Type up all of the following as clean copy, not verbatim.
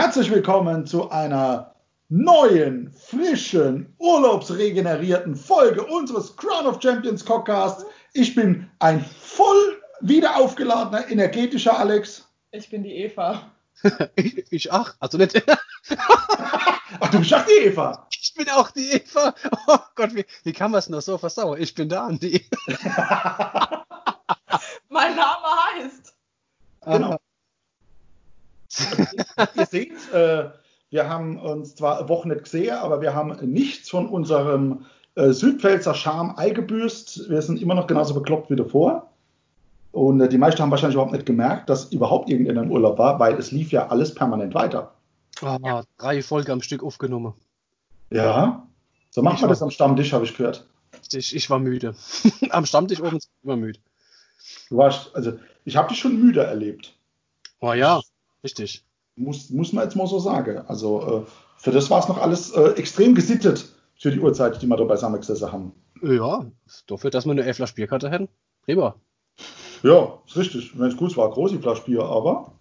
Herzlich willkommen zu einer neuen, frischen, urlaubsregenerierten Folge unseres Crown of Champions Podcasts. Ich bin ein voll wieder aufgeladener, energetischer Alex. Ich bin die Eva. Ich auch, also nicht. Ach, du bist auch die Eva. Ich bin auch die Eva. Oh Gott, wie kann man es nur so versauen? Ich bin der Andi. Mein Name heißt. Genau. Ihr seht, wir haben uns zwar Wochen nicht gesehen, aber wir haben nichts von unserem Südpfälzer Charme eingebüßt. Wir sind immer noch genauso bekloppt wie davor. Und die meisten haben wahrscheinlich überhaupt nicht gemerkt, dass überhaupt irgendeiner im Urlaub war, weil es lief ja alles permanent weiter. Oh, 3 Folgen am Stück aufgenommen. Ja, so macht man das am Stammtisch, habe ich gehört. Ich war müde. Am Stammtisch oben war müde. Du warst, also ich habe dich schon müde erlebt. Oh ja, richtig. Muss man jetzt mal so sagen. Also für das war es noch alles extrem gesittet für die Uhrzeit, die wir da beisammen gesessen haben. Ja, dafür, dass wir eine 11 Flasche Bierkarte hätten. Prima. Ja, ist richtig. Wenn es gut war, große Flasche Bier, aber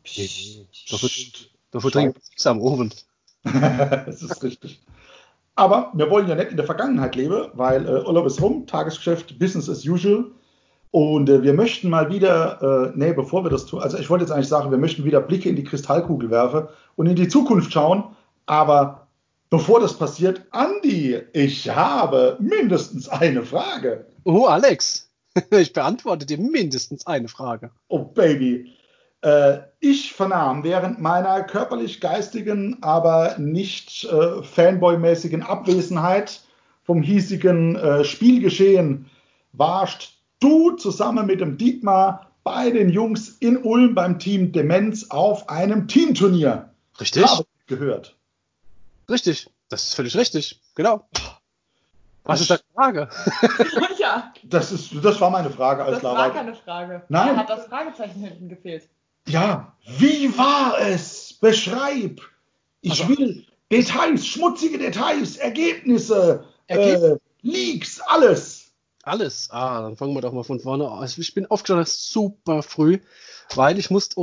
Dafür trinken wir nichts am Ofen. das ist richtig. Aber wir wollen ja nicht in der Vergangenheit leben, weil Urlaub ist rum, Tagesgeschäft, Business as usual. Und wir möchten mal wieder, bevor wir das tun, also ich wollte jetzt eigentlich sagen, wir möchten wieder Blicke in die Kristallkugel werfen und in die Zukunft schauen. Aber bevor das passiert, Andi, ich habe mindestens eine Frage. Oh, Alex, ich beantworte dir mindestens eine Frage. Oh, Baby. Ich vernahm während meiner körperlich-geistigen, aber nicht Fanboy-mäßigen Abwesenheit vom hiesigen Spielgeschehen, warst du zusammen mit dem Dietmar bei den Jungs in Ulm beim Team Demenz auf einem Teamturnier. Richtig? Habe ich gehört. Richtig, das ist völlig richtig. Genau. Was ist deine Frage? Ja. Das war meine Frage. Das war keine Frage. Nein. Da hat das Fragezeichen hinten gefehlt. Ja, wie war es? Beschreib. Ich will Details, schmutzige Details, Ergebnisse, Leaks, alles. Alles? Dann fangen wir doch mal von vorne an. Also ich bin aufgestanden super früh, weil ich musste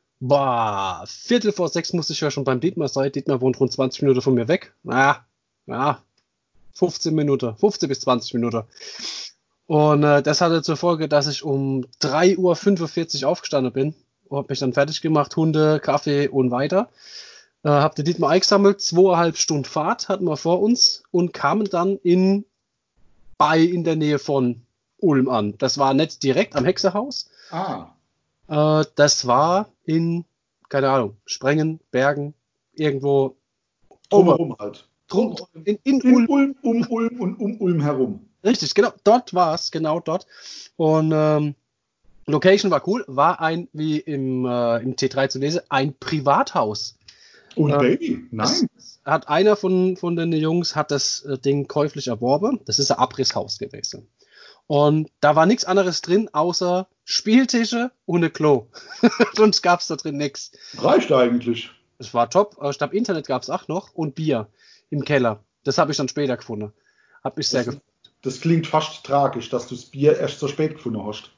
Viertel vor 6 musste ich ja schon beim Dietmar sein. Dietmar wohnt rund 20 Minuten von mir weg. 15 bis 20 Minuten. Und das hatte zur Folge, dass ich um 3:45 Uhr aufgestanden bin. Hab mich dann fertig gemacht, Hunde, Kaffee und weiter. Hab den Dietmar eingesammelt, 2,5 Stunden Fahrt hatten wir vor uns und kamen dann in der Nähe von Ulm an. Das war nicht direkt am Hexerhaus. Das war in, keine Ahnung, Sprengen, Bergen, irgendwo. Drumherum halt. In Ulm, um Ulm und um Ulm herum. Richtig, genau, dort war es, genau dort. Und Location war cool, war wie im T3 zu lesen, ein Privathaus. Und Baby, nein. Hat einer von den Jungs hat das Ding käuflich erworben. Das ist ein Abrisshaus gewesen. Und da war nichts anderes drin, außer Spieltische und ein Klo. Sonst gab es da drin nichts. Reicht eigentlich. Es war top. Ich glaube, Internet gab es auch noch und Bier im Keller. Das habe ich dann später gefunden. Hat mich sehr gefreut. Das klingt fast tragisch, dass du das Bier erst so spät gefunden hast.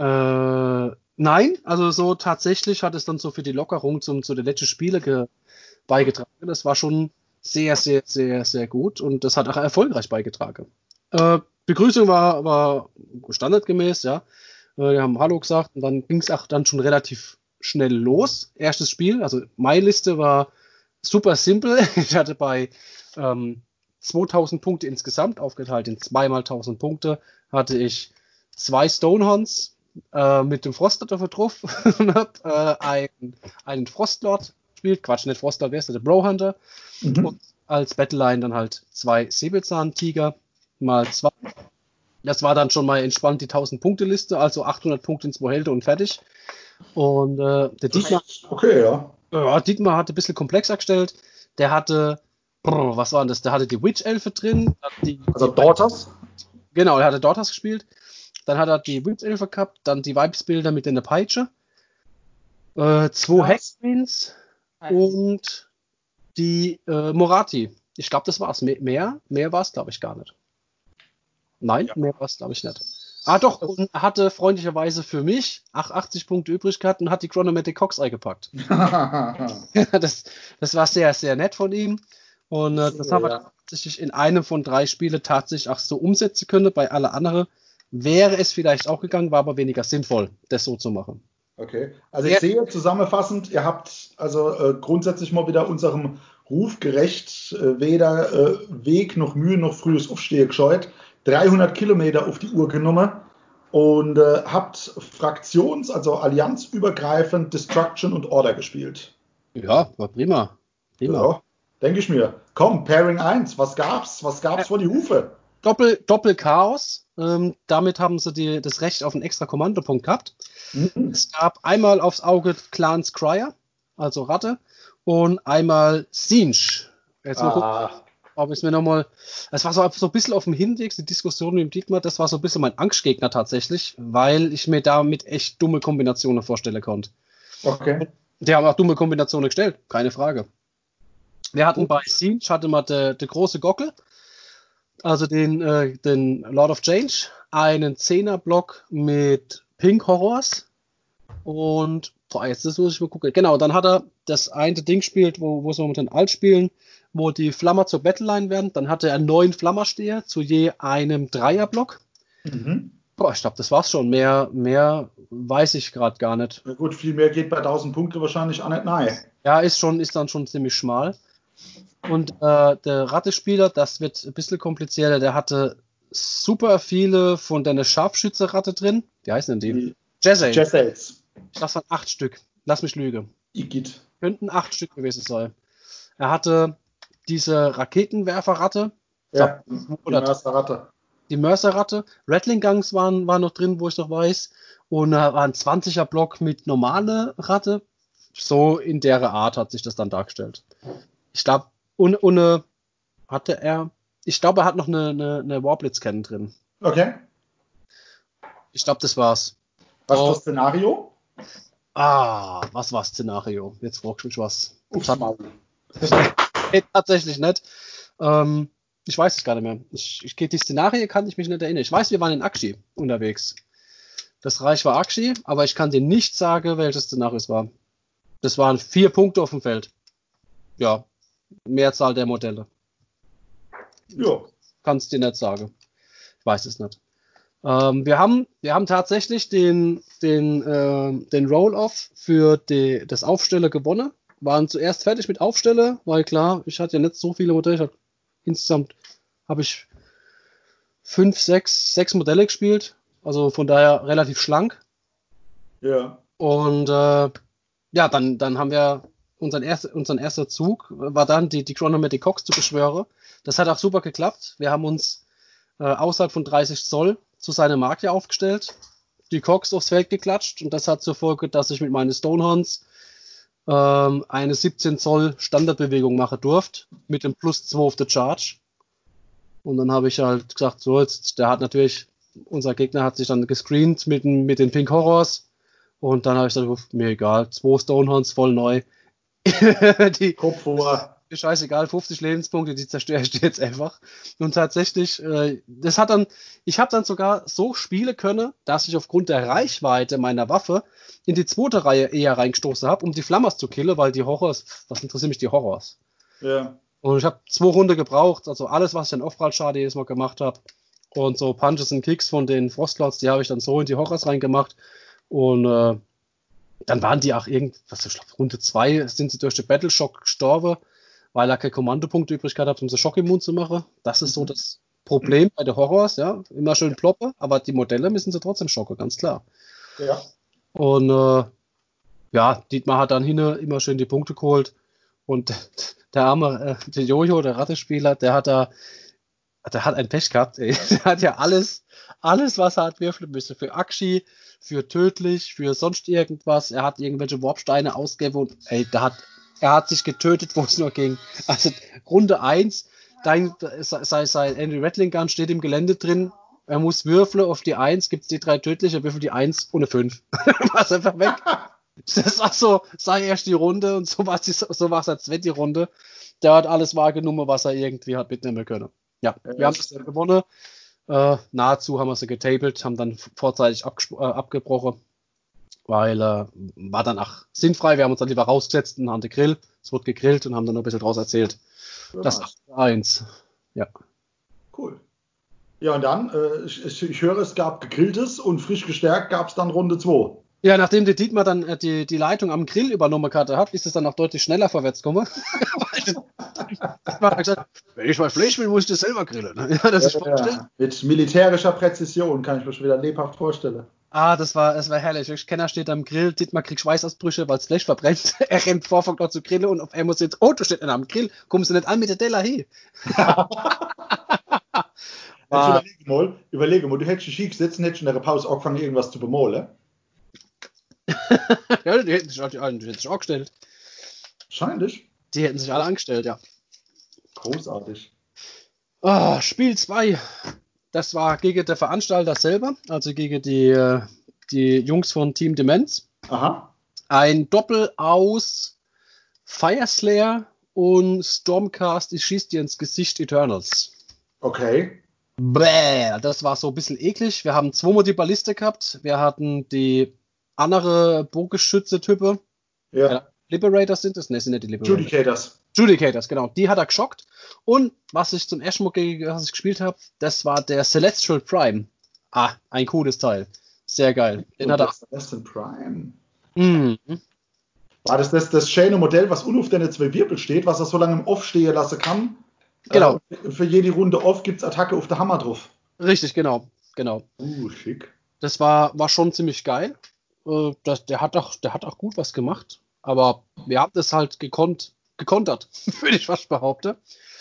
Nein, also so tatsächlich hat es dann so für die Lockerung zu den letzten Spielen beigetragen. Das war schon sehr, sehr, sehr, sehr gut und das hat auch erfolgreich beigetragen. Begrüßung war standardgemäß, ja. Wir haben Hallo gesagt und dann ging es auch dann schon relativ schnell los. Erstes Spiel, also meine Liste war super simpel. Ich hatte bei 2000 Punkte insgesamt aufgeteilt in 2x1000 Punkte. Hatte ich 2 Stonehorns mit dem Frostlord dafür drauf und habe einen Frostlord gespielt. Quatsch, nicht Frostlord, wer ist der? Der Brohunter. Und als Battleline dann halt 2 Säbelzahntiger mal 2. Das war dann schon mal entspannt die 1000-Punkte-Liste, also 800 Punkte ins Behälter und fertig. Und der Dietmar, okay, ja. Dietmar hatte ein bisschen komplexer gestellt. Der hatte, was war denn das? Der hatte die Witch-Elfe drin. Daughters? Genau, er hatte Daughters gespielt. Dann hat er die Witch-Elfe gehabt, dann die Vibes-Bilder mit einer Peitsche. 2 Hexqueens und die Morati. Ich glaube, das war's. Mehr war es, glaube ich, gar nicht. Nein, mehr war es, glaube ich, nicht. Doch, und hatte freundlicherweise für mich 80 Punkte übrig gehabt und hat die Chronomatic Cox eingepackt. Das war sehr, sehr nett von ihm. Und das haben wir dann tatsächlich in einem von 3 Spielen tatsächlich auch so umsetzen können. Bei alle anderen wäre es vielleicht auch gegangen, war aber weniger sinnvoll, das so zu machen. Okay, also ich sehe zusammenfassend, ihr habt also grundsätzlich mal wieder unserem Ruf gerecht, weder Weg noch Mühe noch frühes Aufstehen gescheut, 300 Kilometer auf die Uhr genommen und habt also allianzübergreifend Destruction und Order gespielt. Ja, war prima. Ja, denke ich mir. Komm, Pairing 1, was gab's? Was gab's vor die Hufe? Doppel-Chaos. Damit haben sie das Recht auf einen extra Kommandopunkt gehabt. Es gab einmal aufs Auge Clan Scryer, also Ratte, und einmal Singe. Jetzt mal gucken, ob ich es mir nochmal. Es war so ein bisschen auf dem Hinweg, die Diskussion mit dem Dietmar, das war so ein bisschen mein Angstgegner tatsächlich, weil ich mir damit echt dumme Kombinationen vorstellen konnte. Okay. Die haben auch dumme Kombinationen gestellt, keine Frage. Wir hatten bei Singe, hatte man der große Gockel, also den Lord of Change, einen 10er-Block mit Pink Horrors und jetzt das muss ich mal gucken. Genau, dann hat er das eine Ding gespielt, wo sie momentan alt spielen, wo die Flammer zur Battleline werden. Dann hatte er 9 Flammersteher zu je einem 3er-Block. Ich glaube, das war's schon. Mehr weiß ich gerade gar nicht. Na gut, viel mehr geht bei 1000 Punkte wahrscheinlich auch nicht nahe. Ja, ist dann schon ziemlich schmal. Und der Rattespieler, das wird ein bisschen komplizierter, der hatte super viele von deiner Scharfschütze-Ratte drin. Wie heißen denn die? Jessels. Das waren 8 Stück. Lass mich lügen. Igitt. Könnten 8 Stück gewesen sein. Er hatte diese Raketenwerferratte. Ja, die Mörserratte. Die Mörserratte. Rattling Guns waren noch drin, wo ich noch weiß. Und war ein 20er-Block mit normale Ratte. So in der Art hat sich das dann dargestellt. Ich glaube, ich glaube, er hat noch eine Warblitz-Cannon drin. Okay. Ich glaube, das war's. Was war das Szenario? Was war das Szenario? Jetzt fragst du mich was. Ups, Maul. Tatsächlich nicht. Ich weiß es gar nicht mehr. Die Szenario kann ich mich nicht erinnern. Ich weiß, wir waren in Akshi unterwegs. Das Reich war Akshi, aber ich kann dir nicht sagen, welches Szenario es war. Das waren 4 Punkte auf dem Feld. Ja, Mehrzahl der Modelle. Ja. Kannst dir nicht sagen. Ich weiß es nicht. Wir haben tatsächlich den Roll-Off für das Aufsteller gewonnen. Waren zuerst fertig mit Aufsteller, weil klar, ich hatte ja nicht so viele Modelle. Insgesamt habe ich 6 Modelle gespielt. Also von daher relativ schlank. Ja. Und dann haben wir unseren erster Zug war dann die Chronomatic Cox zu beschwören. Das hat auch super geklappt. Wir haben uns außerhalb von 30 Zoll zu seiner Marke aufgestellt, die Cox aufs Feld geklatscht und das hat zur Folge, dass ich mit meinen Stonehorns eine 17 Zoll Standardbewegung machen durfte mit dem +2 auf der Charge. Und dann habe ich halt gesagt, so jetzt, unser Gegner hat sich dann gescreent mit den Pink Horrors und dann habe ich gesagt, mir egal, 2 Stonehorns voll neu. Kopf vor. Scheißegal, 50 Lebenspunkte, die zerstöre ich jetzt einfach. Und tatsächlich, ich habe dann sogar so spielen können, dass ich aufgrund der Reichweite meiner Waffe in die 2. Reihe eher reingestoßen habe, um die Flammers zu killen, weil die Horrors, was interessiert mich die Horrors? Ja. Und ich habe 2 Runden gebraucht, also alles, was ich an Off-Rad-Schade jedes Mal gemacht habe. Und so Punches und Kicks von den Frostlords, die habe ich dann so in die Horrors reingemacht. Und dann waren die auch Runde 2 sind sie durch den Battleshock gestorben, weil er keine Kommandopunkte übrig gehabt hat, um sie schockimmun zu machen. Das ist so das Problem bei den Horrors, ja. Immer schön ploppen, aber die Modelle müssen sie trotzdem schocken, ganz klar. Ja. Und Dietmar hat dann immer schön die Punkte geholt. Und der arme, der Jojo, der Rattespieler, der hat ein Pech gehabt, ey. Der hat ja alles, was er hat würfeln müssen. Für Akshi, für tödlich, für sonst irgendwas. Er hat irgendwelche Warpsteine ausgegeben und er hat sich getötet, wo es nur ging. Also Runde 1, sein Andy Rattling Gun steht im Gelände drin. Er muss würfeln auf die 1, gibt es die 3 tödliche, würfelt die 1 ohne 5. War einfach weg. Das war so, sei erst die Runde und so war es als zweite Runde. Der hat alles wahrgenommen, was er irgendwie hat mitnehmen können. Ja, wir haben das dann gewonnen. Nahezu haben wir sie getabelt, haben dann vorzeitig abgebrochen, weil war dann auch sinnfrei. Wir haben uns dann lieber rausgesetzt und haben den Grill. Es wurde gegrillt und haben dann noch ein bisschen draus erzählt. Ja, Das nice. 1. Ja. Cool. Ja, und dann, ich höre, es gab gegrilltes und frisch gestärkt gab es dann Runde 2. Ja, nachdem der Dietmar dann die Leitung am Grill übernommen hatte, ist es dann auch deutlich schneller vorwärts gekommen. Dietmar hat gesagt, wenn ich mal Fleisch will, muss ich das selber grillen. Ja, das ist vorgestellt. Ja, mit militärischer Präzision kann ich mir schon wieder lebhaft vorstellen. Das war herrlich. Kenner steht am Grill, Dietmar kriegt Schweißausbrüche, weil das Fleisch verbrennt. Er rennt vor, fängt an zu grillen und auf einmal jetzt, oh, da steht einer am Grill, kommst du nicht an mit der Teller hin. Jetzt überlege mal, du hättest dich hingesetzt und hättest in der Pause angefangen, irgendwas zu bemalen. Ja, die hätten sich auch gestellt. Wahrscheinlich. Die hätten sich alle angestellt, ja. Großartig. Spiel 2. Das war gegen den Veranstalter selber, also gegen die Jungs von Team Demenz. Aha. Ein Doppel aus Fireslayer und Stormcast, ich schieß dir ins Gesicht Eternals. Okay. Bäh, das war so ein bisschen eklig. Wir haben zweimal die Balliste gehabt. Wir hatten die andere Bogenschütze-Type. Ja. Liberators sind das? Ne, sind nicht die Liberators. Judicators, genau. Die hat er geschockt. Und was ich zum ersten Mal gespielt habe, das war der Celestial Prime. Ein cooles Teil. Sehr geil. Den hat er. Celestial Prime. Mhm. War das schöne Modell, was auf deine 2 Wirbel steht, was er so lange im Off stehen lassen kann? Genau. Für jede Runde Off gibt es Attacke auf der Hammer drauf. Richtig, genau. Schick. Das war schon ziemlich geil. Der hat auch gut was gemacht. Aber wir haben das halt gekontert, würde ich fast behaupten.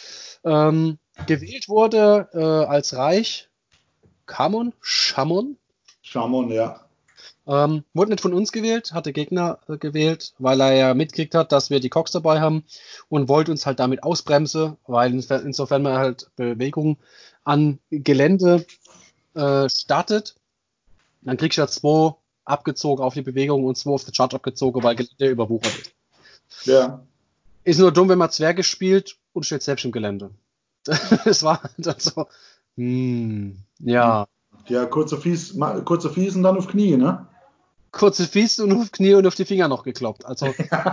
Gewählt wurde als Reich Shamon, ja. wurde nicht von uns gewählt, hat der Gegner gewählt, weil er ja mitgekriegt hat, dass wir die Cox dabei haben und wollte uns halt damit ausbremsen, weil insofern man halt Bewegung an Gelände startet, dann kriegst du ja 2 abgezogen auf die Bewegung und 2 auf den Charge abgezogen, weil Gelände überwuchert ist. Ja. Ist nur dumm, wenn man Zwerge spielt und steht selbst im Gelände. Das war dann so, ja. Ja, kurze Fies und dann auf Knie, ne? Kurze Fies und auf Knie und auf die Finger noch gekloppt. Also,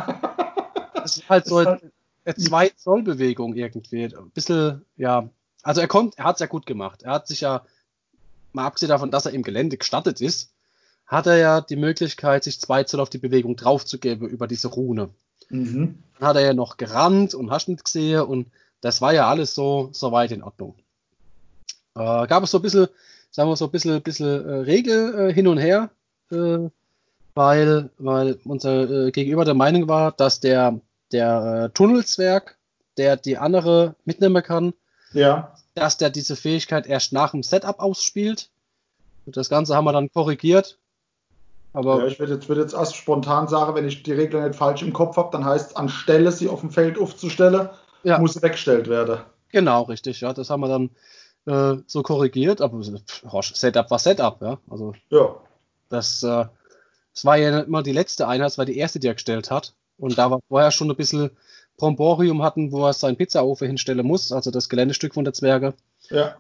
das ist halt so eine 2-Zoll-Bewegung irgendwie. Ein bisschen, ja. Also, er hat es ja gut gemacht. Er hat sich ja, mal abgesehen davon, dass er im Gelände gestattet ist, hat er ja die Möglichkeit, sich 2 Zoll auf die Bewegung draufzugeben über diese Rune. Mhm. Dann hat er ja noch gerannt und hast nicht gesehen und das war ja alles so weit in Ordnung. Gab es so ein bisschen, sagen wir so ein bisschen Regel hin und her, weil unser Gegenüber der Meinung war, dass der Tunnelzwerg, der die andere mitnehmen kann, Ja. dass der diese Fähigkeit erst nach dem Setup ausspielt. Und das Ganze haben wir dann korrigiert. Aber Ja, ich würde jetzt erst spontan sagen, wenn ich die Regel nicht falsch im Kopf habe, dann heißt es, anstelle sie auf dem Feld aufzustellen, ja, muss sie weggestellt werden. genau, richtig. Ja, das haben wir dann so korrigiert. Aber Setup war Setup, ja. Also Ja. das war ja nicht mal die letzte Einheit, es war die erste, die er gestellt hat. Und da wir vorher schon ein bisschen Bromborium hatten, wo er seinen Pizzaofen hinstellen muss, also das Geländestück von der Zwerge. Ja.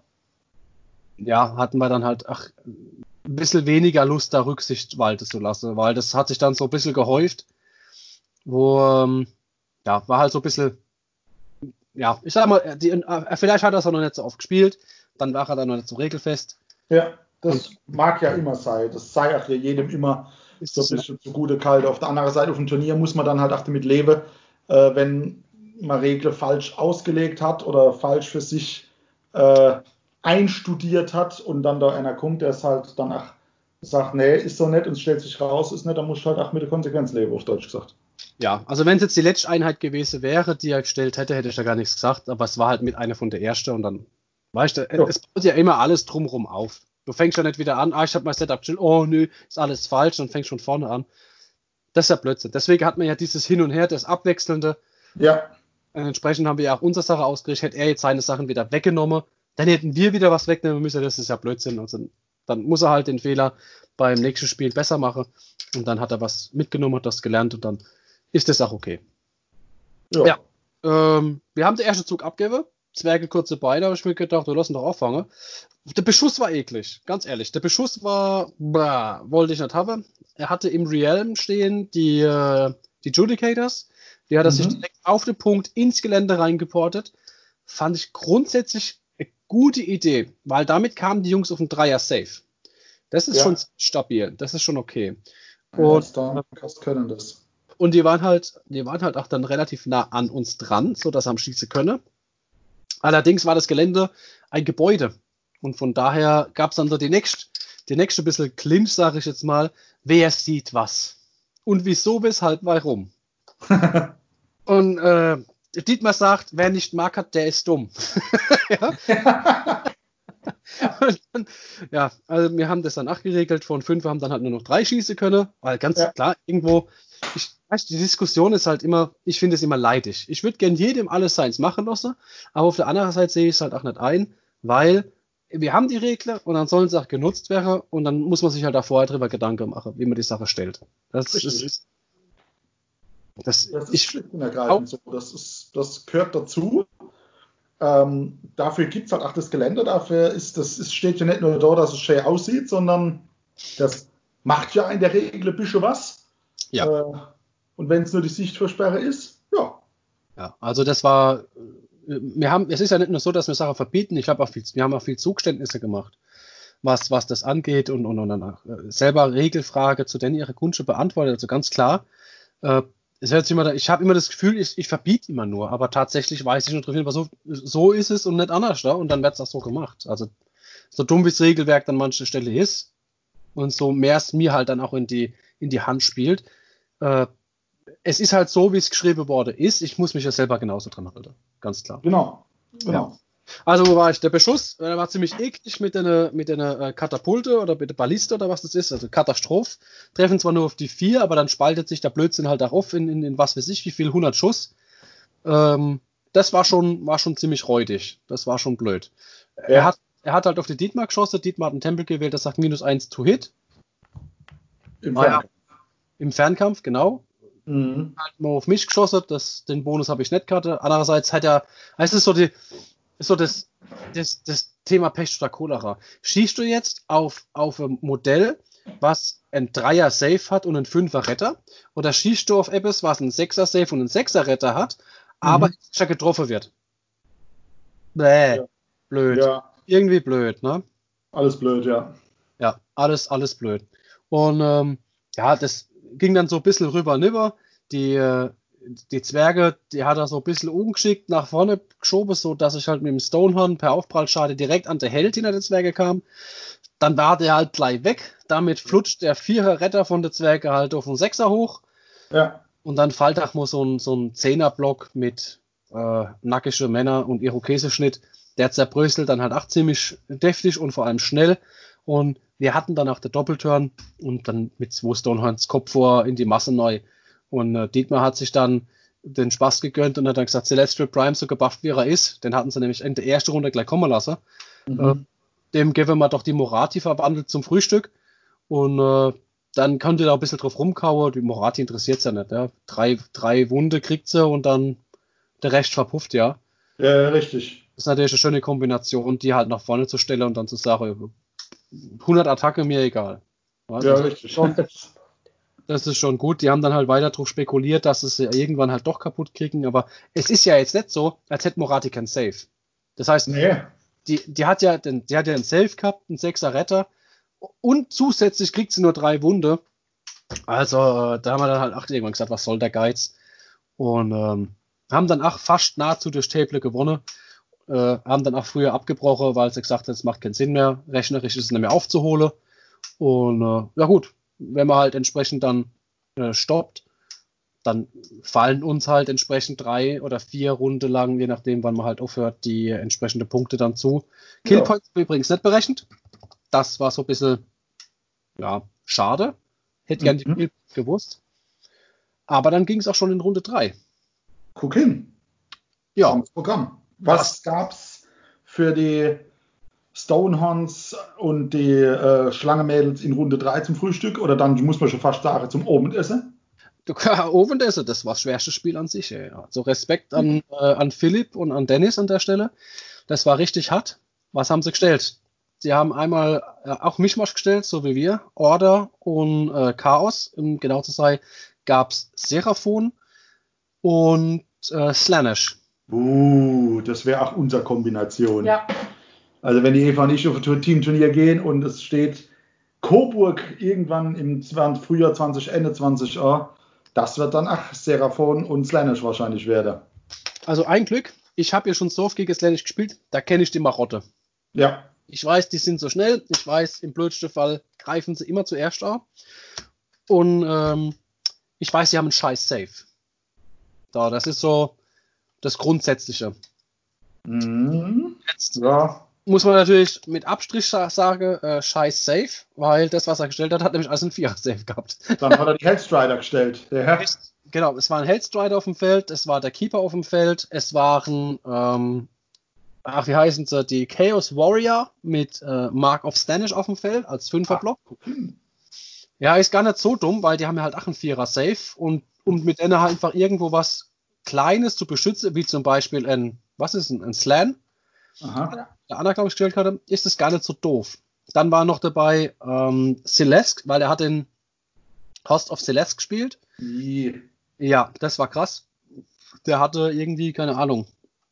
Ja, hatten wir dann halt ein bisschen weniger Lust, da Rücksicht walten zu lassen, weil das hat sich dann so ein bisschen gehäuft, wo, war halt so ein bisschen, ja, ich sag mal, vielleicht hat er es auch noch nicht so oft gespielt, dann war er dann noch nicht so regelfest. Ja, das mag ja immer sein. Das sei auch jedem immer so ein bisschen zugute kalt. Auf der anderen Seite, auf dem Turnier muss man dann halt auch damit leben, wenn man Regeln falsch ausgelegt hat oder falsch für sich einstudiert hat und dann da einer kommt, der es halt dann auch sagt, nee, ist so nett und stellt sich raus, ist nicht, dann musst du halt auch mit der Konsequenz leben, auf Deutsch gesagt. Ja, also wenn es jetzt die letzte Einheit gewesen wäre, die er gestellt hätte, hätte ich da gar nichts gesagt, aber es war halt mit einer von der ersten und dann, weißt du, es baut ja immer alles drumherum auf. Du fängst ja nicht wieder an, ich habe mein Setup gestellt, oh nö, ist alles falsch, dann fängst du von vorne an. Das ist ja Blödsinn. Deswegen hat man ja dieses Hin und Her, das Abwechselnde. Ja. Entsprechend haben wir ja auch unsere Sache ausgerichtet, hätte er jetzt seine Sachen wieder weggenommen, dann hätten wir wieder was wegnehmen müssen, das ist ja Blödsinn. Also, dann muss er halt den Fehler beim nächsten Spiel besser machen und dann hat er was mitgenommen, hat das gelernt und dann ist das auch okay. Ja. Wir haben den ersten Zug abgegeben, Zwerge kurze Beine, habe ich mir gedacht, wir lassen doch auffangen. Der Beschuss war eklig, ganz ehrlich. Der Beschuss war, wollte ich nicht haben. Er hatte im Realm stehen die Judicators. Die hat er sich direkt auf den Punkt ins Gelände reingeportet. Fand ich grundsätzlich eine gute Idee, weil damit kamen die Jungs auf den Dreier safe. Das ist schon stabil, das ist schon okay. Und, können das. Und die waren halt auch dann relativ nah an uns dran, sodass er am schießen könne. Allerdings war das Gelände ein Gebäude. Und von daher gab es dann so die nächste bisschen Clinch, sage ich jetzt mal. Wer sieht was? Und wieso, weshalb, warum? Und Dietmar sagt, wer nicht mag hat, der ist dumm. Dann, also wir haben das dann nachgeregelt. Von 5 haben dann halt nur noch 3 schießen können. Weil ganz klar, irgendwo, die Diskussion ist halt immer, ich finde es immer leidig. Ich würde gern jedem alles Seins machen lassen, aber auf der anderen Seite sehe ich es halt auch nicht ein, weil wir haben die Regler und dann sollen sie auch genutzt werden und dann muss man sich halt da vorher drüber Gedanken machen, wie man die Sache stellt. Das ist schlicht und ergreifend so. Das gehört dazu. Dafür gibt es halt auch das Gelände. Steht ja nicht nur da, dass es schön aussieht, sondern das macht ja in der Regel ein bisschen was. Ja. Und wenn es nur die Sichtversperre ist, ja. Ja, also das war, es ist ja nicht nur so, dass wir Sachen verbieten, wir haben auch viel Zugeständnisse gemacht, was das angeht und dann auch selber Regelfrage zu denen ihre Kundschaft beantwortet, also ganz klar. Ich habe immer das Gefühl, ich verbiete immer nur, aber tatsächlich weiß ich nur drauf, aber so ist es und nicht anders da und dann wird es auch so gemacht. Also so dumm wie das Regelwerk an mancher Stelle ist und so mehr es mir halt dann auch in die Hand spielt, es ist halt so, wie es geschrieben worden ist. Ich muss mich ja selber genauso dran halten. Ganz klar. Genau. Ja. Also wo war ich? Der Beschuss, der war ziemlich eklig mit einer Katapulte oder mit der Balliste oder was das ist. Also Katastrophe. Treffen zwar nur auf die 4, aber dann spaltet sich der Blödsinn halt auch auf in was weiß ich, wie viel, 100 Schuss. Das war schon ziemlich räudig. Das war schon blöd. Ja. Er hat halt auf die Dietmar geschossen. Dietmar hat einen Tempel gewählt, das sagt -1 to hit. Im Fernkampf, genau. Halt mal auf mich geschossen, den Bonus habe ich nicht gehabt. Andererseits es ist so das Thema Pech oder Cholera. Schießt du jetzt auf ein Modell, was ein 3er Safe hat und ein 5er Retter, oder schießt du auf etwas, was ein 6er Safe und ein 6er Retter hat, aber schon getroffen wird? Blöd. Ja. Irgendwie blöd, ne? Alles blöd, ja. Ja, alles blöd. Und das ging dann so ein bisschen rüber und über. Die Zwerge, die hat er so ein bisschen umgeschickt nach vorne geschoben, so dass ich halt mit dem Stonehorn per Aufprallschade direkt an der Held hinter den Zwerge kam. Dann war der halt gleich weg. Damit flutscht der 4er Retter von der Zwerge halt auf den 6er hoch. Ja. Und dann fällt auch mal so ein 10er-Block mit nackische Männer und Irokeseschnitt. Der zerbröselt dann halt auch ziemlich deftig und vor allem schnell. Und wir hatten dann auch den Doppelturn und dann mit 2 Stonehorns Kopf vor in die Masse neu. Und Dietmar hat sich dann den Spaß gegönnt und hat dann gesagt, Celestial Prime, so gebufft wie er ist, den hatten sie nämlich in der ersten Runde gleich kommen lassen. Dem geben wir doch die Morati verwandelt zum Frühstück. Und dann konnte er da ein bisschen drauf rumkauen. Die Morati interessiert es ja nicht. Ja. 3 Wunde kriegt sie und dann der Rest verpufft, ja. Ja, richtig. Das ist natürlich eine schöne Kombination, die halt nach vorne zu stellen und dann zu sagen, 100 Attacke, mir egal. Ja, richtig. Das ist schon gut. Die haben dann halt weiter drauf spekuliert, dass es irgendwann halt doch kaputt kriegen. Aber es ist ja jetzt nicht so, als hätte Morati kein Safe. Das heißt, die hat ja einen Safe gehabt, einen 6er Retter. Und zusätzlich kriegt sie nur 3 Wunde. Also da haben wir dann halt auch irgendwann gesagt, was soll der Geiz? Und haben dann auch fast nahezu durch Table gewonnen. Haben dann auch früher abgebrochen, weil sie gesagt hat, es macht keinen Sinn mehr. Rechnerisch ist es nicht mehr aufzuholen. Und ja gut, wenn man halt entsprechend dann stoppt, dann fallen uns halt entsprechend 3 oder 4 Runden lang, je nachdem, wann man halt aufhört, die entsprechenden Punkte dann zu. Killpoints übrigens nicht berechnet. Das war so ein bisschen, schade. Hätte gern die Killpoints gewusst. Aber dann ging es auch schon in Runde 3. Guck hin. Ja. Programm. Was gab's für die Stonehorns und die Schlangenmädels in Runde 3 zum Frühstück? Oder dann muss man schon fast sagen, zum Abendessen? Abendessen, das war das schwerste Spiel an sich. Ja. Also Respekt an Philipp und an Dennis an der Stelle. Das war richtig hart. Was haben sie gestellt? Sie haben einmal auch Mischmasch gestellt, so wie wir. Order und Chaos. Um genau zu sein, gab es Seraphon und Slaanesh. Das wäre auch unsere Kombination. Ja. Also wenn die Eva und ich auf ein Teamturnier gehen und es steht Coburg irgendwann im Frühjahr 20, Ende 20, das wird dann Seraphon und Slaanesh wahrscheinlich werden. Also ein Glück, ich habe ja schon so oft gegen Slaanesh gespielt, da kenne ich die Marotte. Ja. Ich weiß, die sind so schnell, ich weiß, im blödsten Fall greifen sie immer zuerst an. Und ich weiß, sie haben einen scheiß Safe. Da, das ist so das Grundsätzliche. Jetzt muss man natürlich mit Abstrich sagen, scheiß Safe, weil das, was er gestellt hat, hat nämlich alles ein Vierer-Safe gehabt. Dann hat er die Hellstrider gestellt. Genau, es war ein Hellstrider auf dem Feld, es war der Keeper auf dem Feld, es waren, wie heißen sie, die Chaos Warrior mit Mark of Slaanesh auf dem Feld als Fünferblock. Ja, ist gar nicht so dumm, weil die haben ja halt auch einen Vierer-Safe und mit denen halt einfach irgendwo was Kleines zu beschützen, wie zum Beispiel ein Slan, der Anna, glaube ich, gestellt hatte, ist es gar nicht so doof. Dann war noch dabei Celeste, weil er hat den Host of Celeste gespielt. Ja, das war krass. Der hatte irgendwie, keine Ahnung,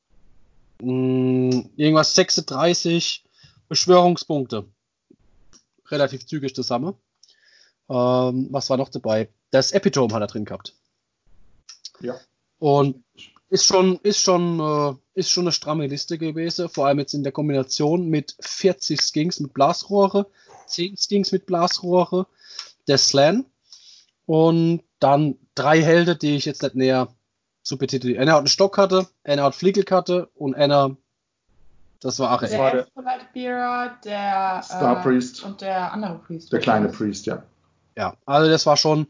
irgendwas 36 Beschwörungspunkte. Relativ zügig zusammen. Was war noch dabei? Das Epitome hat er drin gehabt. Ja. Und ist schon eine stramme Liste gewesen, vor allem jetzt in der Kombination mit 40 Skinks mit Blasrohre, 10 Skinks mit Blasrohre, der Slan und dann 3 Helden, die ich jetzt nicht näher zu betiteln. Einer hat einen Stock hatte, einer hat Fliegel hatte und einer, das war Ache. Der Elf-Bearer, der Star Priest und der andere Priest. Der kleine Priest, ja. Ja, also das war schon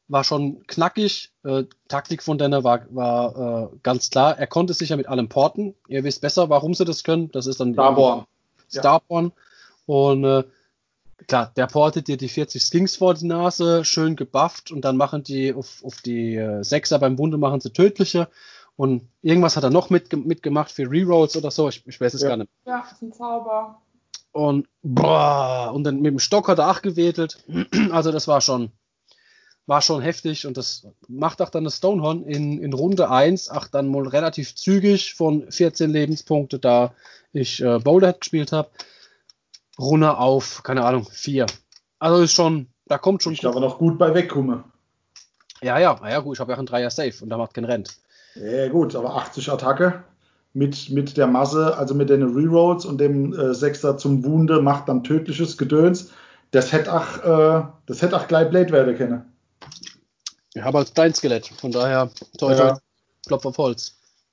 knackig. Taktik von denen war ganz klar. Er konnte sich ja mit allem porten. Ihr wisst besser, warum sie das können. Das ist dann Starborn. Und klar, der portet dir die 40 Skinks vor die Nase, schön gebufft und dann machen die auf die Sechser beim Bunde machen sie tödliche. Und irgendwas hat er noch mitgemacht für Rerolls oder so. Ich weiß es gar nicht. Ja, ist ein Zauber. Und dann mit dem Stock hat er auch gewedelt. Also das war schon heftig und das macht auch dann das Stonehorn in Runde 1 dann mal relativ zügig von 14 Lebenspunkte, da ich Boulderhead gespielt habe, runter auf, keine Ahnung, 4. Also ist schon, da kommt schon. Ich aber noch gut bei wegkomme. Ja, gut, ich habe ja einen 3er Safe und da macht kein Rent. Ja gut, aber 80 Attacke mit der Masse, also mit den Rerolls und dem Sechser zum Wunde macht dann tödliches Gedöns. Das hätte auch gleich Blade werden können. Ich habe halt Steinskelett, von daher Klopf auf Holz.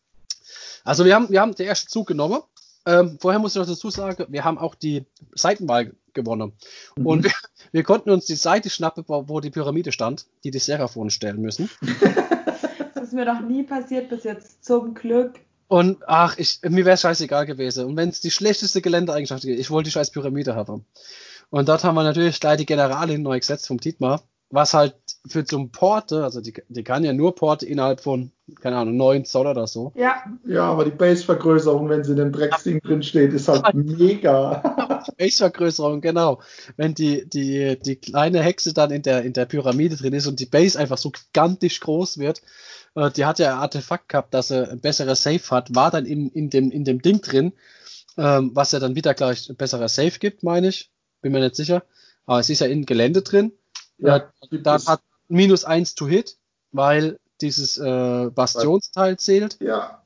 Also wir haben den ersten Zug genommen. Vorher muss ich noch dazu sagen, wir haben auch die Seitenwahl gewonnen. Und wir konnten uns die Seite schnappen, wo die Pyramide stand, die Seraphon stellen müssen. Das ist mir noch nie passiert bis jetzt, zum Glück. Und mir wäre es scheißegal gewesen. Und wenn es die schlechteste Geländeeigenschaft gibt, ich wollte die scheiß Pyramide haben. Und dort haben wir natürlich gleich die Generalin neu gesetzt vom Dietmar, was halt für zum Porte, also die kann ja nur Porte innerhalb von, keine Ahnung, 9 Zoll oder so. Ja, aber die Base-Vergrößerung, wenn sie in dem Drecksding drin steht, ist halt mega. Base-Vergrößerung, genau. Wenn die kleine Hexe dann in der Pyramide drin ist und die Base einfach so gigantisch groß wird, die hat ja ein Artefakt gehabt, dass sie ein besseres Safe hat, war dann in dem Ding drin, was ja dann wieder gleich ein besserer Safe gibt, meine ich. Bin mir nicht sicher. Aber es ist ja in Gelände drin. Ja, dann hat -1 to hit, weil dieses Bastionsteil zählt. Ja.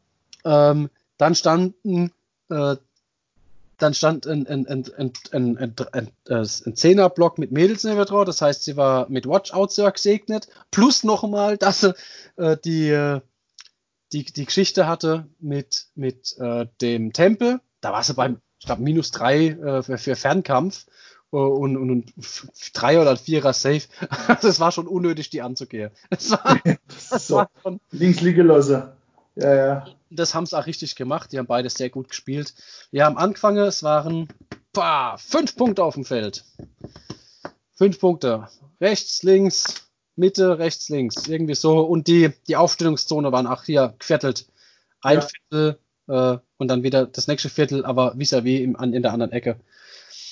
Dann stand ein 10er-Block mit Mädels neben drauf, das heißt, sie war mit Watchout sehr gesegnet, plus nochmal, dass sie die Geschichte hatte mit dem Tempel, da war sie beim, ich glaube, -3 für Fernkampf und 3 oder 4er Safe, das war schon unnötig, die anzugehen. Das war schon links liegen lassen. Ja. Das haben sie auch richtig gemacht. Die haben beide sehr gut gespielt. Wir haben angefangen, es waren 5 Punkte auf dem Feld. 5 Punkte. Rechts, links, Mitte, rechts, links. Irgendwie so. Und die Aufstellungszone waren auch hier geviertelt. Ein Viertel und dann wieder das nächste Viertel, aber vis-à-vis in der anderen Ecke.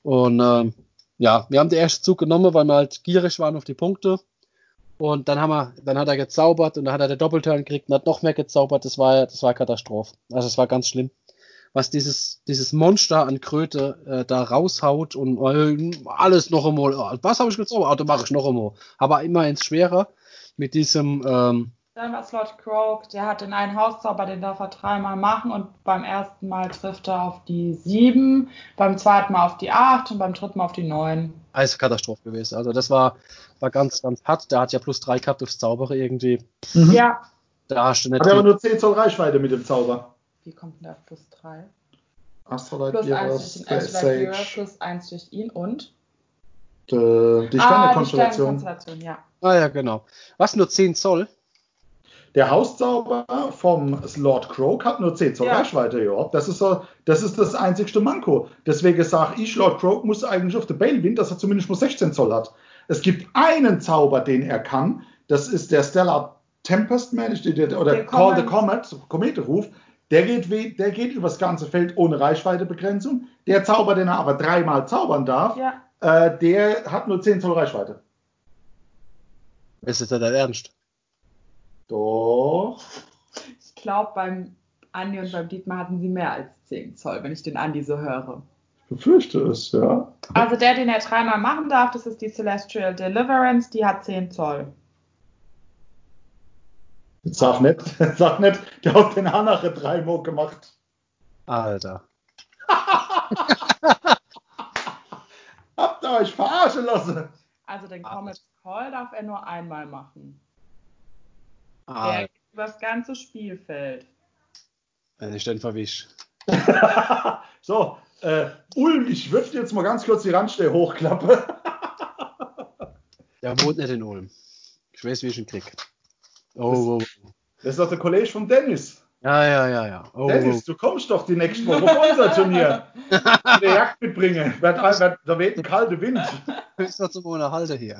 Und ja, wir haben den ersten Zug genommen, weil wir halt gierig waren auf die Punkte. Und dann hat er gezaubert und dann hat er den Doppelturn gekriegt und hat noch mehr gezaubert. Das war Katastrophe. Also es war ganz schlimm. Was dieses Monster an Kröte da raushaut und alles noch einmal. Was habe ich gezaubert? Das mache ich noch einmal. Aber immerhin schwerer mit diesem. Dann war es Lord Croak, der hat den einen Hauszauber, den darf er 3-mal machen und beim ersten Mal trifft er auf die 7, beim zweiten Mal auf die 8 und beim dritten Mal auf die 9. Also Katastrophe gewesen. Also das war ganz, ganz hart. Der hat ja +3 gehabt aufs Zaubere irgendwie. Ja. Da hast du nicht Hat aber viel. nur 10 Zoll Reichweite mit dem Zauber. Wie kommt denn da +3? Astrolite, +1 durch den Astrolite, Sage, +1 durch ihn und? die Die Sterne-Konstellation. Sternenkonstellation, ja. Ah ja, genau. Was, nur 10 Zoll? Der Hauszauber vom Lord Croak hat nur 10 Zoll Ja. Reichweite, ja. Das ist das einzigste Manko. Deswegen sage ich, Lord Croak muss eigentlich auf den Balewind, dass er zumindest nur 16 Zoll hat. Es gibt einen Zauber, den er kann. Das ist der Stellar Tempest Man, oder Call the Comet, Kometenruf. Der geht übers ganze Feld ohne Reichweitebegrenzung. Der Zauber, den er aber 3-mal zaubern darf, Ja. der hat nur 10 Zoll Reichweite. Ist das dein Ernst? Doch. Ich glaube, beim Andi und beim Dietmar hatten sie mehr als 10 Zoll, wenn ich den Andi so höre. Ich befürchte es, ja. Also den er 3-mal machen darf, das ist die Celestial Deliverance, die hat 10 Zoll. Sag nicht, der hat den Hanache 3-mal gemacht. Alter. Habt ihr euch verarschen lassen? Also den Comet Call darf er nur einmal machen. Der Alter. geht übers ganze Spielfeld. Wenn ich den verwisch. So, Ulm, ich würde jetzt mal ganz kurz die Randstelle hochklappen. Der wohnt nicht in Ulm. Ich weiß, wie ich ihn krieg. Oh. Das ist doch der Kollege von Dennis. Ja. Oh. Dennis, du kommst doch die nächste Woche auf unser Turnier. Der Jagd mitbringen. Da weht ein kalter Wind. Ist doch zum Unterhalter hier.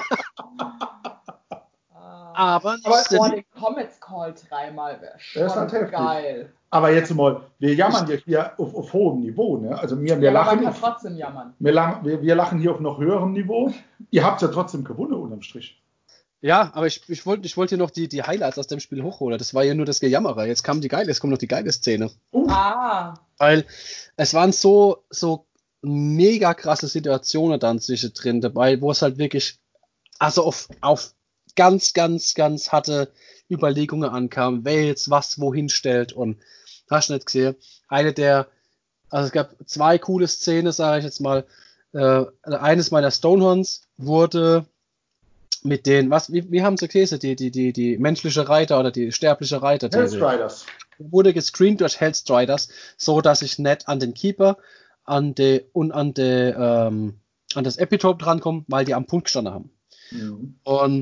Aber den Comets Call 3-mal wäre schon halt geil. Aber jetzt mal, wir jammern ja hier auf hohem Niveau. Ne? Also wir Ja, lachen. man kann trotzdem jammern. Wir lachen hier auf noch höherem Niveau. Ihr habt ja trotzdem gewonnen unterm Strich. Ja, aber ich wollte hier noch die Highlights aus dem Spiel hochholen. Das war ja nur das Gejammerer. Jetzt kommt noch die geile Szene. Weil es waren so mega krasse Situationen dann zwischendrin dabei, wo es halt wirklich also auf ganz, ganz, ganz harte Überlegungen ankam, wer jetzt was wohin stellt und hast du nicht gesehen. Also es gab 2 coole Szenen, sage ich jetzt mal. Eines meiner Stonehorns wurde mit den, wie haben sie gelesen, die menschliche Reiter oder die sterbliche Reiter. Hellstriders. Wurde gescreent durch Hellstriders, so dass ich nicht an den Keeper an das Epitome drankomme, weil die am Punkt gestanden haben. Mhm. Und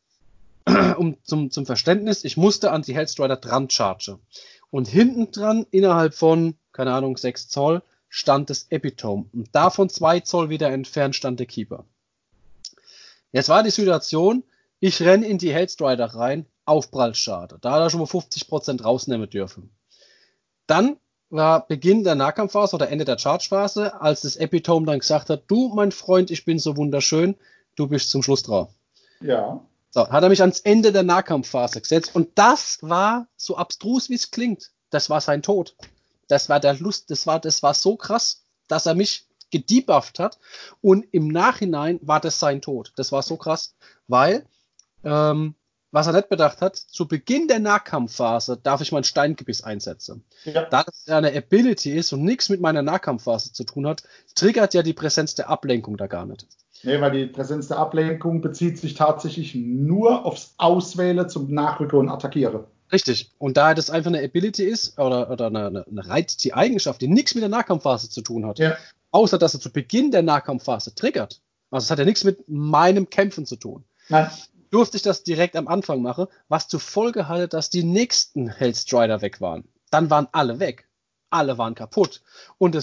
zum Verständnis, ich musste an die Hellstrider dran chargen. Und hinten dran, innerhalb von, keine Ahnung, 6 Zoll, stand das Epitome. Und davon 2 Zoll wieder entfernt stand der Keeper. Jetzt war die Situation, ich renne in die Hellstrider rein, Aufprallschade. Da hat er schon mal 50% rausnehmen dürfen. Dann war Beginn der Nahkampfphase oder Ende der Charge-Phase, als das Epitome dann gesagt hat, du, mein Freund, ich bin so wunderschön, du bist zum Schluss dran. Ja. So, hat er mich ans Ende der Nahkampfphase gesetzt und das war, so abstrus wie es klingt, das war sein Tod. Das war das war so krass, dass er mich gedebufft hat und im Nachhinein war das sein Tod. Das war so krass, weil, was er nicht bedacht hat, zu Beginn der Nahkampfphase darf ich mein Steingebiss einsetzen. Ja. Da das ja eine Ability ist und nichts mit meiner Nahkampfphase zu tun hat, triggert ja die Präsenz der Ablenkung da gar nicht. Nee, weil die Präsenz der Ablenkung bezieht sich tatsächlich nur aufs Auswählen zum Nachrücken und Attackieren. Richtig. Und da das einfach eine Ability ist oder eine die Eigenschaft, die nichts mit der Nahkampfphase zu tun hat, Ja. außer dass er zu Beginn der Nahkampfphase triggert, also es hat ja nichts mit meinem Kämpfen zu tun, Nein. durfte ich das direkt am Anfang machen, was zur Folge hatte, dass die nächsten Hellstrider weg waren. Dann waren alle weg. Alle waren kaputt. Und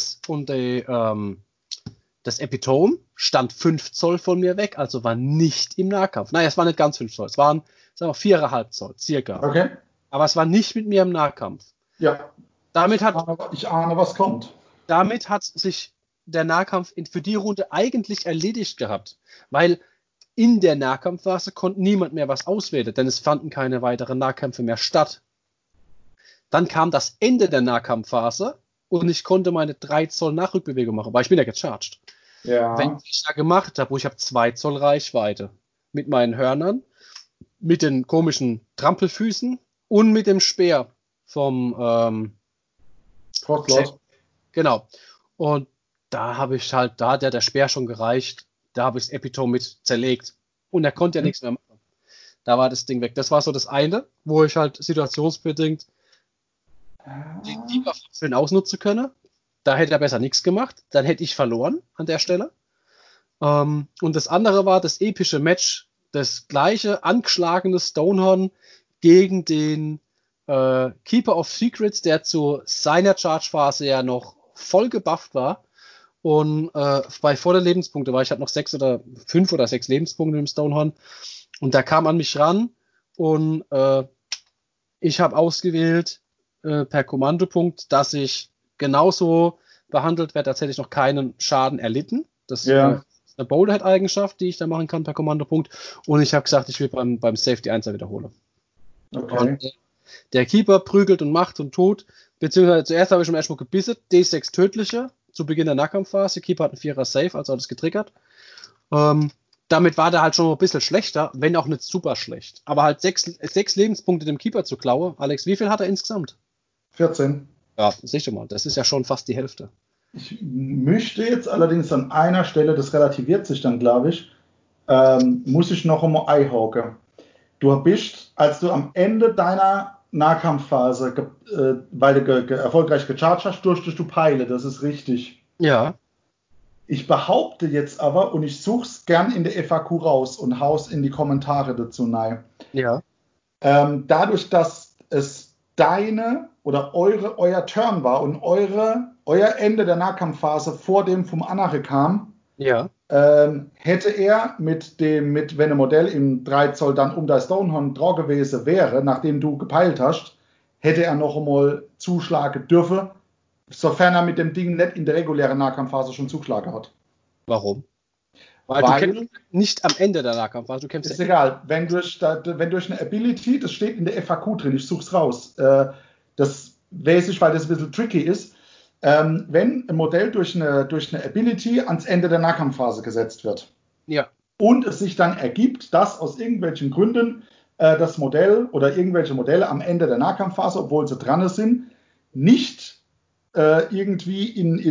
das Epitome stand 5 Zoll von mir weg, also war nicht im Nahkampf. Nein, es war nicht ganz 5 Zoll, es waren 4,5 Zoll, circa. Okay. Aber es war nicht mit mir im Nahkampf. Ja. Damit hat Ich ahne, was kommt. Damit hat sich der Nahkampf für die Runde eigentlich erledigt gehabt, weil in der Nahkampfphase konnte niemand mehr was auswählen, denn es fanden keine weiteren Nahkämpfe mehr statt. Dann kam das Ende der Nahkampfphase und ich konnte meine 3 Zoll Nachrückbewegung machen, weil ich bin ja gecharged. Ja. Wenn ich da gemacht habe, wo ich habe 2 Zoll Reichweite mit meinen Hörnern, mit den komischen Trampelfüßen und mit dem Speer vom Frostlord. Genau. Und da habe ich halt, da hat ja der Speer schon gereicht, da habe ich das Epitome mit zerlegt. Und er konnte ja nichts mehr machen. Da war das Ding weg. Das war so das eine, wo ich halt situationsbedingt den Keeper schön ausnutzen können. Da hätte er besser nichts gemacht. Dann hätte ich verloren an der Stelle. Und das andere war das epische Match, das gleiche angeschlagene Stonehorn gegen den Keeper of Secrets, der zu seiner Charge-Phase ja noch voll gebufft war. Und bei voller Lebenspunkte war ich hatte noch 5 oder 6 Lebenspunkte im Stonehorn. Und der kam an mich ran und ich habe ausgewählt per Kommandopunkt, dass ich genauso behandelt werde, als hätte ich noch keinen Schaden erlitten. Das ist eine Boulderhead-Eigenschaft, die ich da machen kann per Kommandopunkt. Und ich habe gesagt, ich will beim Safety 1 wiederholen. Okay. Und der Keeper prügelt und macht und tut. Beziehungsweise zuerst habe ich schon erstmal gebissen. D6 tödliche zu Beginn der Nahkampfphase. Keeper hat einen 4er Save, also alles getriggert. Damit war der halt schon ein bisschen schlechter, wenn auch nicht super schlecht. Aber halt 6 Lebenspunkte dem Keeper zu klauen. Alex, wie viel hat er insgesamt? 14. Ja, sicher mal. Das ist ja schon fast die Hälfte. Ich möchte jetzt allerdings an einer Stelle, das relativiert sich dann, glaube ich, muss ich noch einmal einhaken. Du bist, als du am Ende deiner Nahkampfphase, weil du erfolgreich gecharged hast, durftest du Peile, das ist richtig. Ja. Ich behaupte jetzt aber, und ich suche es gern in der FAQ raus und haus in die Kommentare dazu rein. Ja. Dadurch, dass es deine oder euer Turn war und euer Ende der Nahkampfphase vor dem vom Anare kam, Ja. hätte er wenn ein Modell im 3 Zoll dann um das Stonehorn drauf gewesen wäre, nachdem du gepeilt hast, hätte er noch einmal zuschlagen dürfen, sofern er mit dem Ding nicht in der regulären Nahkampfphase schon zugeschlagen hat. Warum? Weil du kämpfst nicht am Ende der Nahkampfphase, du kämpfst. Ist egal, wenn durch eine Ability, das steht in der FAQ drin, ich suche es raus, das weiß ich, weil das ein bisschen tricky ist, wenn ein Modell durch eine Ability ans Ende der Nahkampfphase gesetzt wird. Ja. Und es sich dann ergibt, dass aus irgendwelchen Gründen das Modell oder irgendwelche Modelle am Ende der Nahkampfphase, obwohl sie dran sind, nicht irgendwie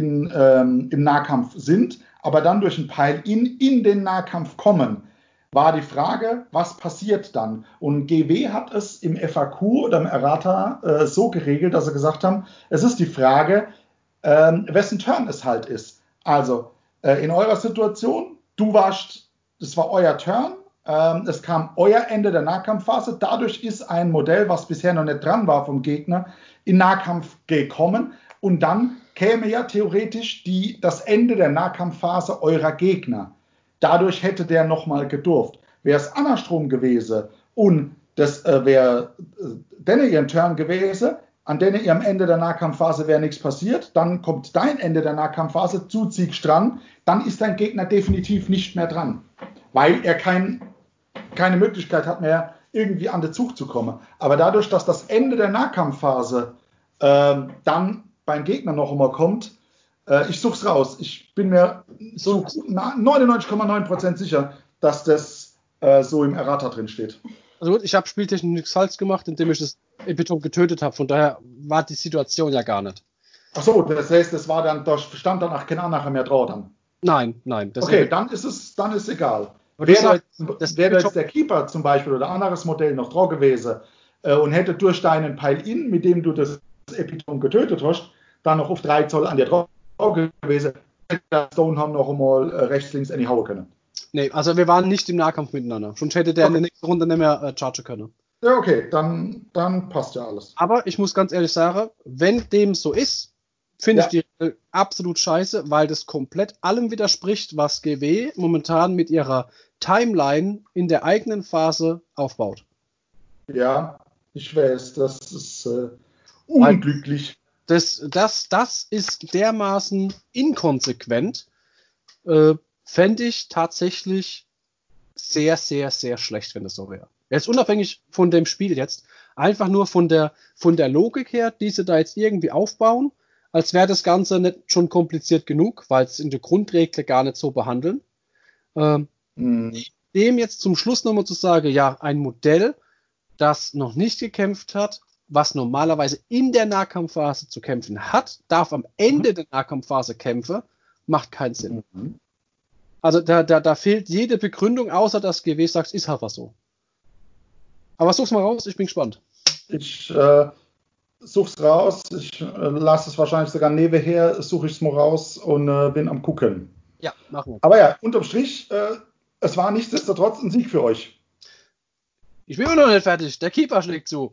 im Nahkampf sind, aber dann durch ein Pile-In in den Nahkampf kommen, war die Frage, was passiert dann? Und GW hat es im FAQ oder im Errata so geregelt, dass sie gesagt haben, es ist die Frage, wessen Turn es halt ist. Also in eurer Situation, das war euer Turn, es kam euer Ende der Nahkampfphase, dadurch ist ein Modell, was bisher noch nicht dran war vom Gegner, in Nahkampf gekommen und dann käme ja theoretisch das Ende der Nahkampfphase eurer Gegner. Dadurch hätte der nochmal gedurft. Wäre es andersrum gewesen und das wäre denen ihren Turn gewesen, an denen ihr am Ende der Nahkampfphase wäre nichts passiert, dann kommt dein Ende der Nahkampfphase, du ziehst dran, dann ist dein Gegner definitiv nicht mehr dran, weil er keine Möglichkeit hat mehr, irgendwie an den Zug zu kommen. Aber dadurch, dass das Ende der Nahkampfphase dann beim Gegner noch einmal kommt, ich suche es raus, ich bin mir so 99,9% sicher, dass das so im Errata drin steht. Also gut, ich habe spieltechnisch nichts falsch gemacht, indem ich das Epitome getötet habe. Von daher war die Situation ja gar nicht. Ach so, das heißt, da stand dann auch kein Anachher mehr drauf dann. Nein. Okay, dann ist egal. Wäre jetzt der Keeper zum Beispiel oder anderes Modell noch drauf gewesen und hätte durch deinen Pile-In, mit dem du das Epitome getötet hast, dann noch auf 3 Zoll an dir drauf gewesen, hätte der Stonehorn noch einmal rechts, links hauen können. Nee, also wir waren nicht im Nahkampf miteinander. Sonst hätte der in der nächsten Runde nicht mehr chargen können. Ja, okay, dann passt ja alles. Aber ich muss ganz ehrlich sagen, wenn dem so ist, finde ich die Regel absolut scheiße, weil das komplett allem widerspricht, was GW momentan mit ihrer Timeline in der eigenen Phase aufbaut. Ja, ich weiß, das ist unglücklich. Das ist dermaßen inkonsequent, fände ich tatsächlich sehr, sehr, sehr schlecht, wenn das so wäre. Jetzt unabhängig von dem Spiel jetzt, einfach nur von der Logik her, die sie da jetzt irgendwie aufbauen, als wäre das Ganze nicht schon kompliziert genug, weil es in der Grundregel gar nicht so behandeln. Dem jetzt zum Schluss nochmal zu sagen, ja, ein Modell, das noch nicht gekämpft hat, was normalerweise in der Nahkampfphase zu kämpfen hat, darf am Ende der Nahkampfphase kämpfen, macht keinen Sinn. Also da fehlt jede Begründung, außer dass GW sagt, ist halt was so. Aber such's mal raus, ich bin gespannt. Ich such's raus, ich lasse es wahrscheinlich sogar nebenher, suche ich es mal raus und bin am gucken. Ja, machen wir. Aber ja, unterm Strich, es war nichtsdestotrotz ein Sieg für euch. Ich bin immer noch nicht fertig, der Keeper schlägt zu.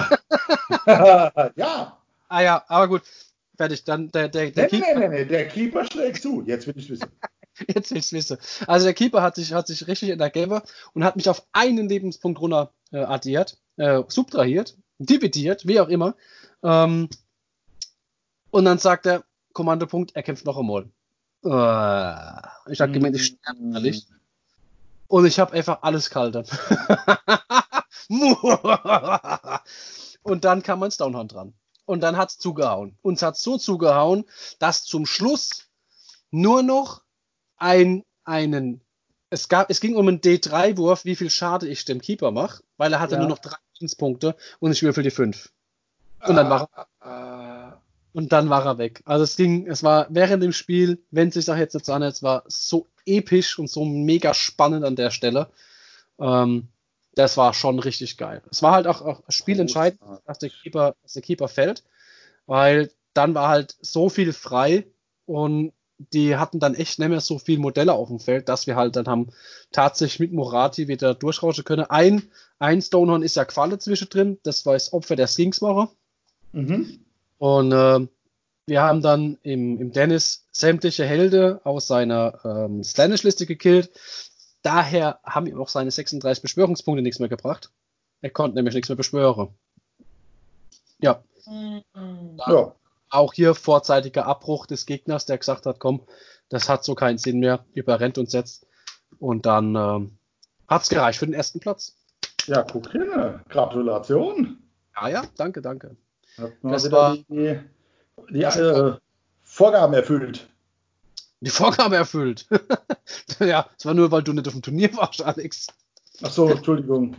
Ja. Ah ja, aber gut, fertig, dann der Keeper. Nee, der Keeper schlägt zu, jetzt will ich wissen. Jetzt will ich wissen. Also der Keeper hat sich richtig ergeben und hat mich auf einen Lebenspunkt runter subtrahiert, dividiert, wie auch immer. Und dann sagt er, Kommandopunkt, er kämpft noch einmal. Ich habe gemeint, ich sterbe ehrlich. Und ich habe einfach alles kalt. Und dann kam mein Stonehand dran. Und dann hat es zugehauen. Und es hat so zugehauen, dass zum Schluss nur noch es ging um einen D3-Wurf, wie viel Schade ich dem Keeper mache, weil er hatte nur noch 3 Lebenspunkte und ich würfel die 5. Und dann war er weg. Also es war während dem Spiel, wenn sich das jetzt nicht so anhört, es war so episch und so mega spannend an der Stelle. Das war schon richtig geil. Es war halt auch spielentscheidend, dass der Keeper fällt, weil dann war halt so viel frei und die hatten dann echt nicht mehr so viele Modelle auf dem Feld, dass wir halt dann haben tatsächlich mit Morati wieder durchrauschen können. Ein Stonehorn ist ja gefallen zwischendrin, das war das Opfer der Skinks war. Und wir haben dann im Dennis sämtliche Helden aus seiner Slanish-Liste gekillt. Daher haben ihm auch seine 36 Beschwörungspunkte nichts mehr gebracht. Er konnte nämlich nichts mehr beschwören. Ja. Ja. Auch hier vorzeitiger Abbruch des Gegners, der gesagt hat, komm, das hat so keinen Sinn mehr, überrennt uns jetzt. Und dann hat's gereicht für den ersten Platz. Ja, guck hin. Gratulation. Ja, danke. Habt mal wieder die Vorgaben erfüllt. Die Vorgabe erfüllt. Ja, es war nur, weil du nicht auf dem Turnier warst, Alex. Ach so, Entschuldigung.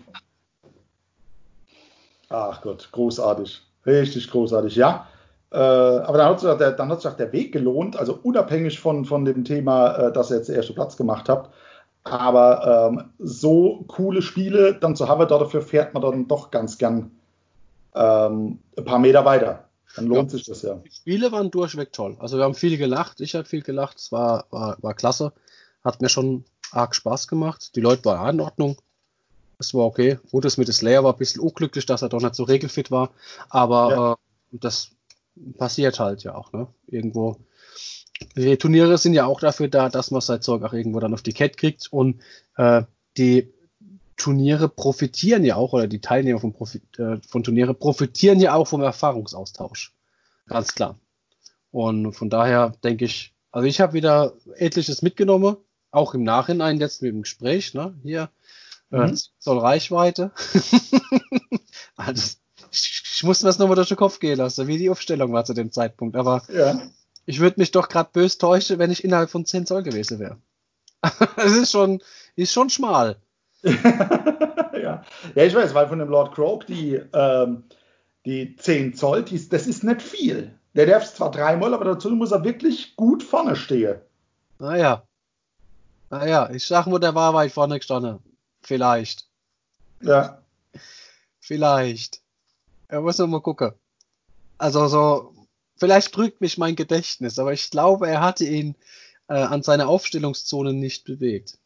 Ach Gott, großartig. Richtig großartig, ja. Aber dann hat sich auch der Weg gelohnt, also unabhängig von dem Thema, dass ihr jetzt den ersten Platz gemacht habt. Aber so coole Spiele dann zu haben, dafür fährt man dann doch ganz gern ein paar Meter weiter. Dann lohnt sich das ja. Die Spiele waren durchweg toll. Also wir haben viel gelacht, ich habe viel gelacht, es war klasse. Hat mir schon arg Spaß gemacht. Die Leute waren in Ordnung. Es war okay. Gut, das mit dem Slayer war ein bisschen unglücklich, dass er doch nicht so regelfit war. Aber das passiert halt ja auch, ne? Irgendwo. Die Turniere sind ja auch dafür da, dass man sein Zeug auch irgendwo dann auf die Kette kriegt. Und die Turniere profitieren ja auch, oder die Teilnehmer von Turniere profitieren ja auch vom Erfahrungsaustausch. Ganz klar. Und von daher denke ich, also ich habe wieder etliches mitgenommen, auch im Nachhinein jetzt mit dem Gespräch, ne? Hier soll Reichweite. Also, ich musste mir das nochmal durch den Kopf gehen lassen, wie die Aufstellung war zu dem Zeitpunkt. Aber ich würde mich doch gerade böse täuschen, wenn ich innerhalb von 10 Zoll gewesen wäre. Es ist schon schmal. Ja, ich weiß, weil von dem Lord Croak die 10 Zoll, das ist nicht viel. Der darf es zwar 3-mal, aber dazu muss er wirklich gut vorne stehen. Naja, ich sag mal, der war weit vorne gestanden. Vielleicht. Ja. Vielleicht. Er muss noch mal gucken. Also vielleicht trügt mich mein Gedächtnis, aber ich glaube, er hatte ihn an seiner Aufstellungszone nicht bewegt.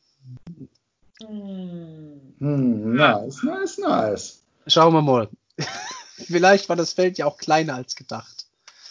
Nice. Schauen wir mal. Vielleicht war das Feld ja auch kleiner als gedacht.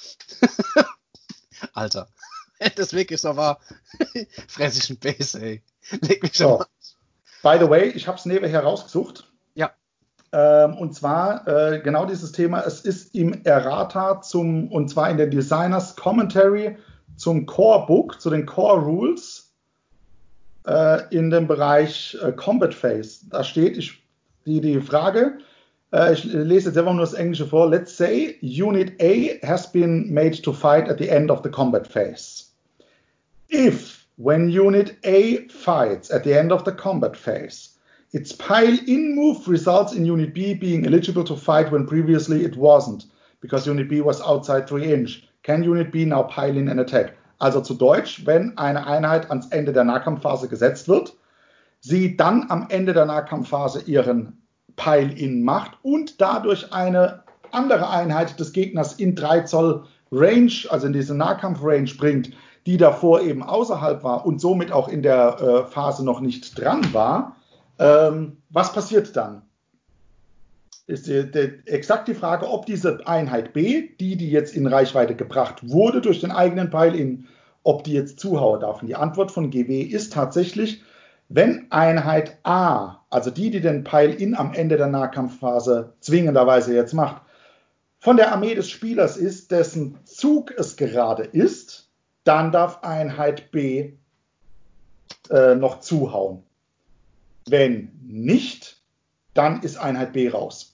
Alter. Das wirklich so war. Fress ich ein Base, ey. Leg mich schon mal. By the way, ich habe es nebenher rausgesucht. Ja. Und zwar genau dieses Thema, es ist im Errata und zwar in der Designers Commentary zum Core Book, zu den Core Rules in dem Bereich Combat Phase. Da steht die Frage, ich lese jetzt einfach nur das Englische vor. Let's say Unit A has been made to fight at the end of the combat phase. If, when Unit A fights at the end of the combat phase, its pile-in move results in Unit B being eligible to fight when previously it wasn't, because Unit B was outside 3 inch. Can Unit B now pile in and attack? Also zu Deutsch, wenn eine Einheit ans Ende der Nahkampfphase gesetzt wird, sie dann am Ende der Nahkampfphase ihren Pile-in macht und dadurch eine andere Einheit des Gegners in 3 Zoll Range, also in diese Nahkampf-Range bringt, die davor eben außerhalb war und somit auch in der Phase noch nicht dran war, was passiert dann? Ist exakt die Frage, ob diese Einheit B, die jetzt in Reichweite gebracht wurde durch den eigenen Pile-in, ob die jetzt zuhauen darf. Und die Antwort von GW ist tatsächlich, wenn Einheit A, also die den Pile-in am Ende der Nahkampfphase zwingenderweise jetzt macht, von der Armee des Spielers ist, dessen Zug es gerade ist, dann darf Einheit B noch zuhauen. Wenn nicht, dann ist Einheit B raus.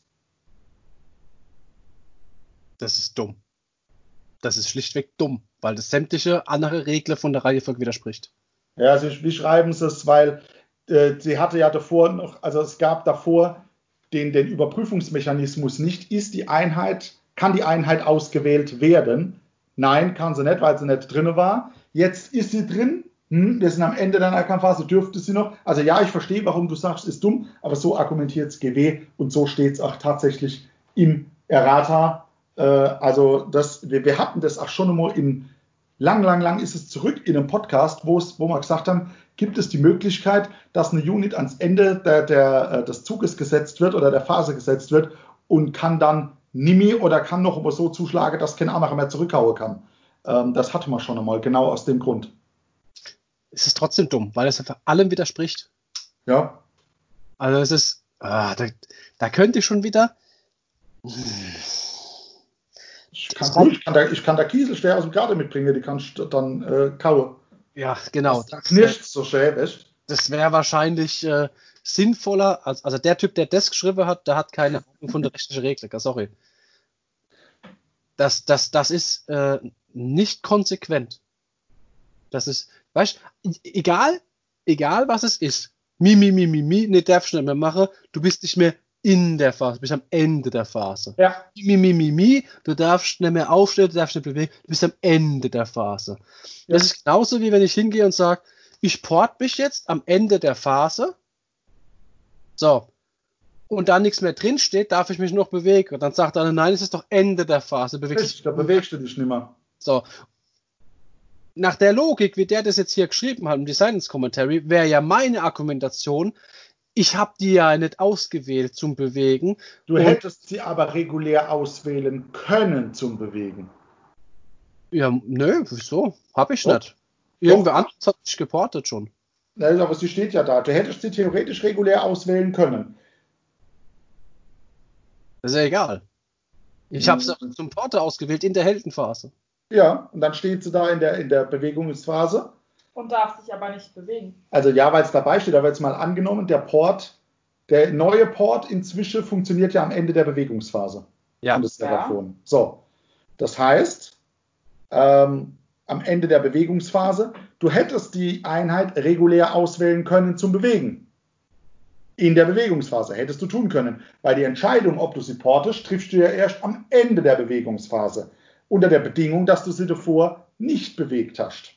Das ist dumm. Das ist schlichtweg dumm, weil das sämtliche andere Regler von der Reihenfolge widerspricht. Ja, also wie schreiben sie es, weil sie hatte ja davor noch, also es gab davor den Überprüfungsmechanismus nicht, kann die Einheit ausgewählt werden? Nein, kann sie nicht, weil sie nicht drin war. Jetzt ist sie drin. Wir sind am Ende der Nahkampfphase, dürfte sie noch. Also ja, ich verstehe, warum du sagst, ist dumm, aber so argumentiert es GW und so steht es auch tatsächlich im Errata. Also wir hatten das auch schon einmal lang ist es zurück in einem Podcast, wo wir gesagt haben, gibt es die Möglichkeit, dass eine Unit ans Ende des Zuges gesetzt wird oder der Phase gesetzt wird und kann dann nimmi oder kann noch aber so zuschlagen, dass kein anderer mehr zurückhauen kann. Das hatten wir schon einmal, genau aus dem Grund. Es ist trotzdem dumm, weil es einfach allem widerspricht. Ja. Also es ist, da könnte ich schon wieder. Ich kann da Kieselsteine aus dem Garten mitbringen, die kannst du dann kauen. Ja, genau. Da knirscht so schön, weißt? Das wäre wahrscheinlich sinnvoller, also der Typ, der das geschrieben hat, der hat keine Ahnung von der rechtlichen Regel, sorry. Das ist nicht konsequent. Das ist, weißt du, egal was es ist, ne, darfst du nicht mehr machen, du bist nicht mehr in der Phase, du bist am Ende der Phase. Ja. Du darfst nicht mehr aufstehen, du darfst nicht bewegen, du bist am Ende der Phase. Ja. Das ist genauso, wie wenn ich hingehe und sage, ich port mich jetzt am Ende der Phase, so, und da nichts mehr drin steht, darf ich mich noch bewegen. Und dann sagt er, nein, es ist doch Ende der Phase. Da bewegst du dich nicht mehr. So. Nach der Logik, wie der das jetzt hier geschrieben hat im Designers Commentary, wäre ja meine Argumentation, ich habe die ja nicht ausgewählt zum Bewegen. Du hättest sie aber regulär auswählen können zum Bewegen. Ja, nö, wieso? Hab ich nicht. Irgendwer anderes hat sich geportet schon. Nein, aber sie steht ja da. Du hättest sie theoretisch regulär auswählen können. Das ist ja egal. Ich habe es zum Porter ausgewählt in der Heldenphase. Ja, und dann steht sie da in der Bewegungsphase. Und darf sich aber nicht bewegen. Also ja, weil es dabei steht, aber jetzt mal angenommen, der neue Port inzwischen funktioniert ja am Ende der Bewegungsphase. Ja. Von des Terraform. So, das heißt, am Ende der Bewegungsphase, du hättest die Einheit regulär auswählen können zum Bewegen. In der Bewegungsphase hättest du tun können, weil die Entscheidung, ob du sie portest, triffst du ja erst am Ende der Bewegungsphase. Unter der Bedingung, dass du sie davor nicht bewegt hast.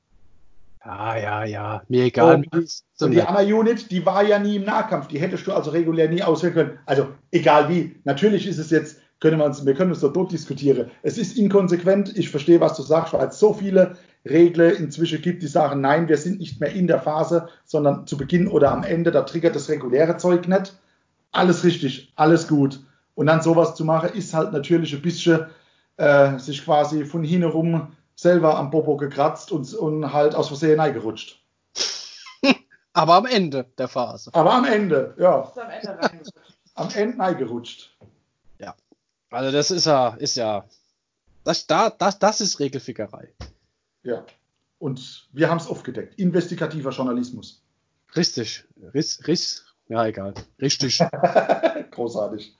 Ja, mir egal. Und die andere Unit, die war ja nie im Nahkampf, die hättest du also regulär nie auswählen können. Also egal wie, natürlich ist es jetzt, wir können uns dort diskutieren. Es ist inkonsequent, ich verstehe, was du sagst, weil es so viele Regeln inzwischen gibt, die sagen, nein, wir sind nicht mehr in der Phase, sondern zu Beginn oder am Ende, da triggert das reguläre Zeug nicht. Alles richtig, alles gut. Und dann sowas zu machen, ist halt natürlich ein bisschen sich quasi von hinten rum selber am Popo gekratzt und halt aus Versehen reingerutscht. Aber am Ende der Phase. Aber am Ende, ja. Ist am Ende reingerutscht. am Ende reingerutscht. Ja. Also das ist ja. Das ist Regelfickerei. Ja. Und wir haben es aufgedeckt. Investigativer Journalismus. Richtig. Ja, egal. Richtig. Großartig.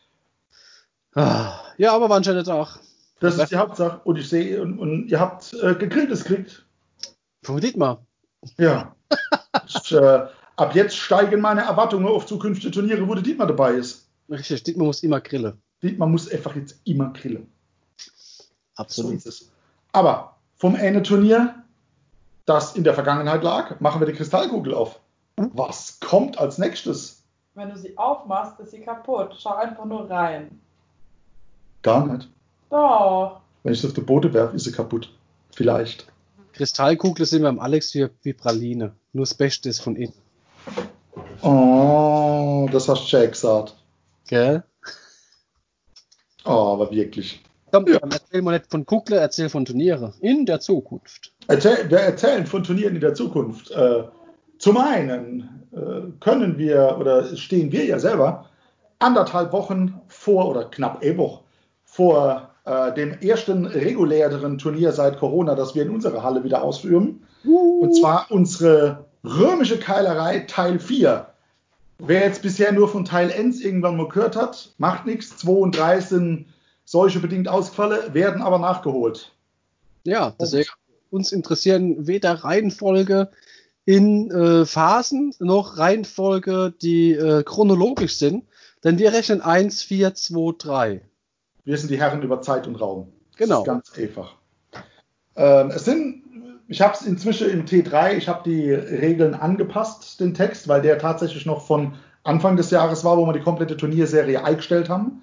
Ja, aber war ein schöner Tag. Das ist die Hauptsache. Und ich sehe, und ihr habt Gegrilltes gekriegt. Von Dietmar. Ja. Ab jetzt steigen meine Erwartungen auf zukünftige Turniere, wo der Dietmar dabei ist. Richtig, Dietmar muss immer grillen. Dietmar muss einfach jetzt immer grillen. Absolut. So ist es. Aber vom Turnier, das in der Vergangenheit lag, machen wir die Kristallkugel auf. Was kommt als nächstes? Wenn du sie aufmachst, ist sie kaputt. Schau einfach nur rein. Gar nicht. Doch. Wenn ich sie auf den Boden werfe, ist sie kaputt. Vielleicht. Kristallkugel sind wir am Alex wie Praline. Nur das Beste ist von innen. Oh, das hast Jack gesagt. Gell? Oh, aber wirklich. Komm, dann erzähl mal nicht von Kugler, erzähl von Turniere. In der Zukunft. Wir erzählen von Turnieren in der Zukunft. Zum einen können wir oder stehen wir ja selber 1,5 Wochen vor oder knapp eine Woche vor dem ersten regulären Turnier seit Corona, das wir in unserer Halle wieder ausführen. Und zwar unsere römische Keilerei Teil 4. Wer jetzt bisher nur von Teil 1 irgendwann mal gehört hat, macht nichts. 2 und 3 sind solche bedingt ausgefallen, werden aber nachgeholt. Ja, deswegen uns interessieren weder Reihenfolge in Phasen noch Reihenfolge, die chronologisch sind, denn wir rechnen 1, 4, 2, 3. Wir sind die Herren über Zeit und Raum. Genau. Das ist ganz einfach. Ich habe es inzwischen im T3, ich habe die Regeln angepasst, den Text, weil der tatsächlich noch von Anfang des Jahres war, wo wir die komplette Turnierserie eingestellt haben.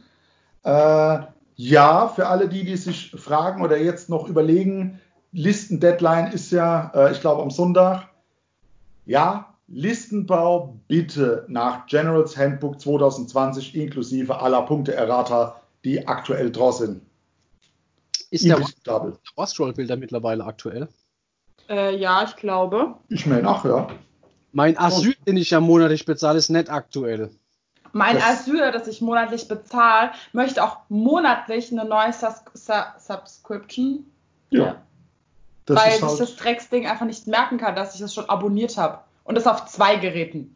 Ja, für alle die sich fragen oder jetzt noch überlegen, Listendeadline ist ja, ich glaube, am Sonntag. Ja, Listenbau bitte nach Generals Handbook 2020 inklusive aller Punkte-Errata, die aktuell draus sind. Ist der Wastroll-Bilder mittlerweile aktuell? Ja, ich glaube. Ich meine, ach ja. Mein Asyl, den ich ja monatlich bezahle, ist nicht aktuell. Mein Asyl, das ich monatlich bezahle, möchte auch monatlich eine neue Subscription. Ja. Weil sich das Drecksding einfach nicht merken kann, dass ich das schon abonniert habe. Und das auf 2 Geräten.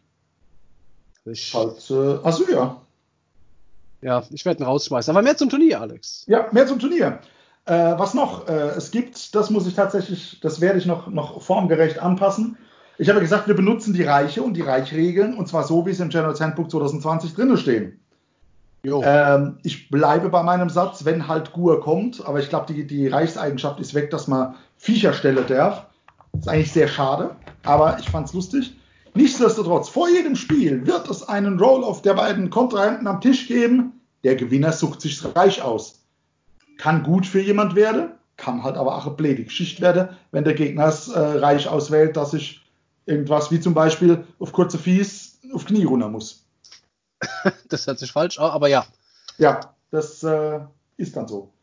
Asyl, ja. Ja, ich werde ihn rausschmeißen. Aber mehr zum Turnier, Alex. Ja, mehr zum Turnier. Was noch? Es gibt, das werde ich noch formgerecht anpassen. Ich habe gesagt, wir benutzen die Reiche und die Reichregeln und zwar so, wie es im General's Handbook 2020 drin stehen. Ich bleibe bei meinem Satz, wenn halt Gur kommt, aber ich glaube, die Reichseigenschaft ist weg, dass man Viecher stellen darf. Das ist eigentlich sehr schade, aber ich fand es lustig. Nichtsdestotrotz, vor jedem Spiel wird es einen Roll-Off der beiden Kontrahenten am Tisch geben. Der Gewinner sucht sich das Reich aus. Kann gut für jemand werden, kann halt aber auch eine blöde Geschichte werden, wenn der Gegner das Reich auswählt, dass ich irgendwas wie zum Beispiel auf kurze Fies auf Knie runter muss. Das hört sich falsch an, aber ja. Ja, das ist dann so.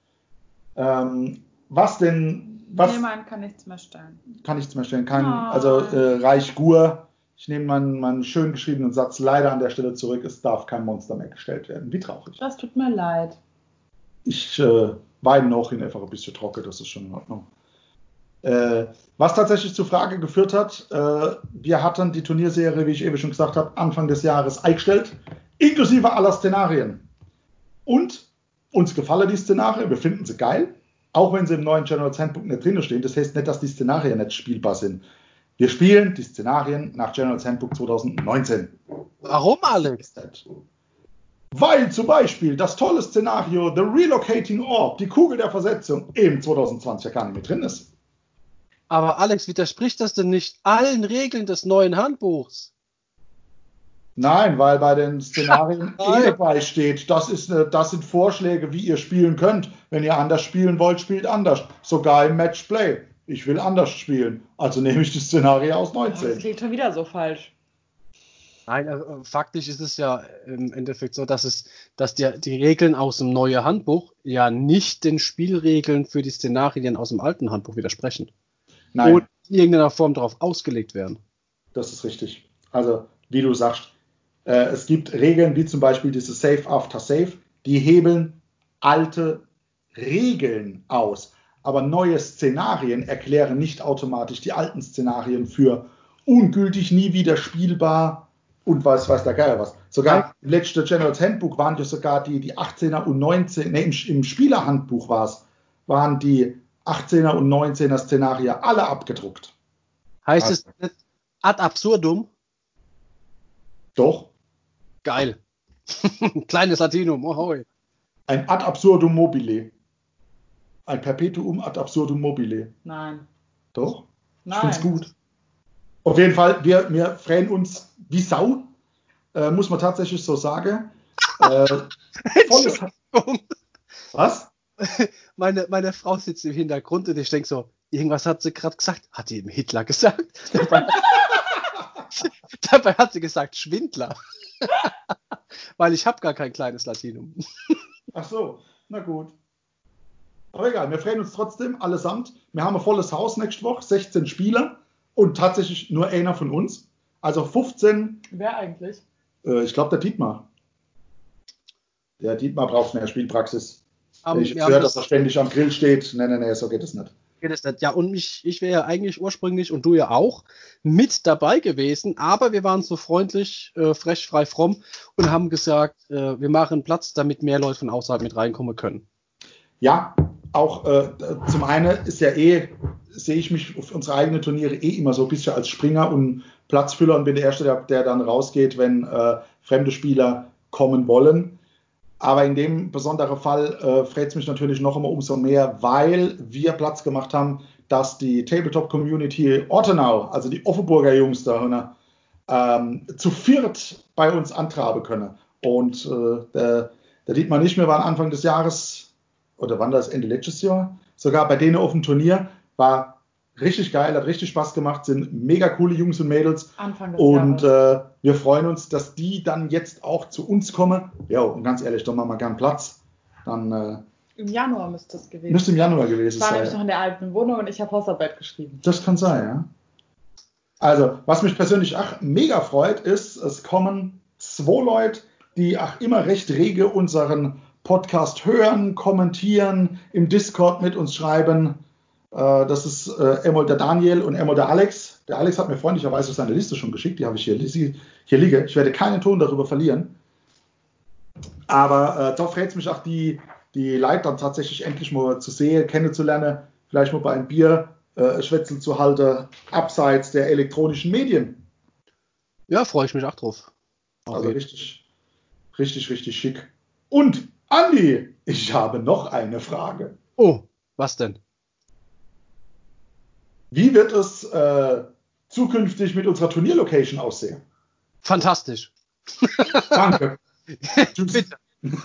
Niemand kann nichts mehr stellen. Kann nichts mehr stellen. Also Reich Gur. Ich nehme meinen schön geschriebenen Satz leider an der Stelle zurück. Es darf kein Monster mehr gestellt werden. Wie traurig. Das tut mir leid. Ich weine noch hin einfach ein bisschen trocken. Das ist schon in Ordnung. Was tatsächlich zur Frage geführt hat, wir hatten die Turnierserie, wie ich eben schon gesagt habe, Anfang des Jahres eingestellt, inklusive aller Szenarien. Und uns gefallen die Szenarien, wir finden sie geil, auch wenn sie im neuen General's Handbook nicht drin stehen. Das heißt nicht, dass die Szenarien nicht spielbar sind. Wir spielen die Szenarien nach General's Handbook 2019. Warum, Alex? Weil zum Beispiel das tolle Szenario The Relocating Orb, die Kugel der Versetzung, eben 2020 ja gar nicht mehr drin ist. Aber Alex, widerspricht das denn nicht allen Regeln des neuen Handbuchs? Nein, weil bei den Szenarien dabei steht, das sind Vorschläge, wie ihr spielen könnt. Wenn ihr anders spielen wollt, spielt anders. Sogar im Matchplay. Ich will anders spielen. Also nehme ich die Szenario aus 19. Das klingt schon wieder so falsch. Nein, faktisch ist es ja im Endeffekt so, dass die Regeln aus dem neuen Handbuch ja nicht den Spielregeln für die Szenarien aus dem alten Handbuch widersprechen. Nein. Und in irgendeiner Form darauf ausgelegt werden. Das ist richtig. Also, wie du sagst, Es gibt Regeln wie zum Beispiel diese Save After Save, die hebeln alte Regeln aus. Aber neue Szenarien erklären nicht automatisch die alten Szenarien für ungültig, nie wieder spielbar und weiß der Geier was. Sogar im letzten General's Handbook waren ja sogar die 18er und 19er, im Spielerhandbuch waren die 18er und 19er Szenarien alle abgedruckt. Heißt es nicht ad absurdum? Doch. Geil. Kleines Latinum, ohoi. Ein ad absurdum mobile. Ein Perpetuum ad absurdum mobile. Nein. Doch? Nein. Ich finde es gut. Auf jeden Fall, wir freuen uns wie Sau, muss man tatsächlich so sagen. Volles Was? Meine Frau sitzt im Hintergrund und ich denke so, irgendwas hat sie gerade gesagt. Hat die eben Hitler gesagt? Dabei hat sie gesagt Schwindler. Weil ich habe gar kein kleines Latinum. Ach so, na gut. Aber egal, wir freuen uns trotzdem allesamt. Wir haben ein volles Haus nächste Woche, 16 Spieler und tatsächlich nur einer von uns. Also 15. Wer eigentlich? Ich glaube, der Dietmar. Der Dietmar braucht mehr Spielpraxis. Ich Ja, höre, dass er ständig am Grill steht. Nee, so geht es nicht. Ja, und ich wäre ja eigentlich ursprünglich und du ja auch mit dabei gewesen, aber wir waren so freundlich, frech, frei, fromm und haben gesagt, wir machen Platz, damit mehr Leute von außerhalb mit reinkommen können. Ja, auch zum einen ist ja sehe ich mich auf unsere eigenen Turniere immer so ein bisschen als Springer und Platzfüller und bin der Erste, der dann rausgeht, wenn fremde Spieler kommen wollen. Aber in dem besonderen Fall freut es mich natürlich noch immer umso mehr, weil wir Platz gemacht haben, dass die Tabletop-Community Ortenau, also die Offenburger Jungs da, zu viert bei uns antraben können. Und der Dietmar nicht mehr war Anfang des Jahres, oder wann das Ende letztes Jahr, sogar bei denen auf dem Turnier, war richtig geil, hat richtig Spaß gemacht, sind mega coole Jungs und Mädels. Anfang des Jahres. Und wir freuen uns, dass die dann jetzt auch zu uns kommen. Ja, und ganz ehrlich, doch machen wir gern Platz. Dann im Januar müsste es gewesen sein. Müsste im Januar gewesen sein. Ich war nämlich noch in der alten Wohnung und ich habe Hausarbeit geschrieben. Das kann sein, ja. Also, was mich persönlich mega freut, ist, es kommen 2 Leute, die immer recht rege unseren Podcast hören, kommentieren, im Discord mit uns schreiben. Das ist einmal der Daniel und einmal der Alex. Der Alex hat mir freundlicherweise seine Liste schon geschickt, die habe ich hier liege. Ich werde keinen Ton darüber verlieren. Aber da freut es mich auch, die Leute dann tatsächlich endlich mal zu sehen, kennenzulernen, vielleicht mal bei einem Bier Schwätzel zu halten, abseits der elektronischen Medien. Ja, freue ich mich auch drauf. Also richtig schick. Und Andi, ich habe noch eine Frage. Oh, was denn? Wie wird es zukünftig mit unserer Turnierlocation aussehen? Fantastisch. Danke. Bitte.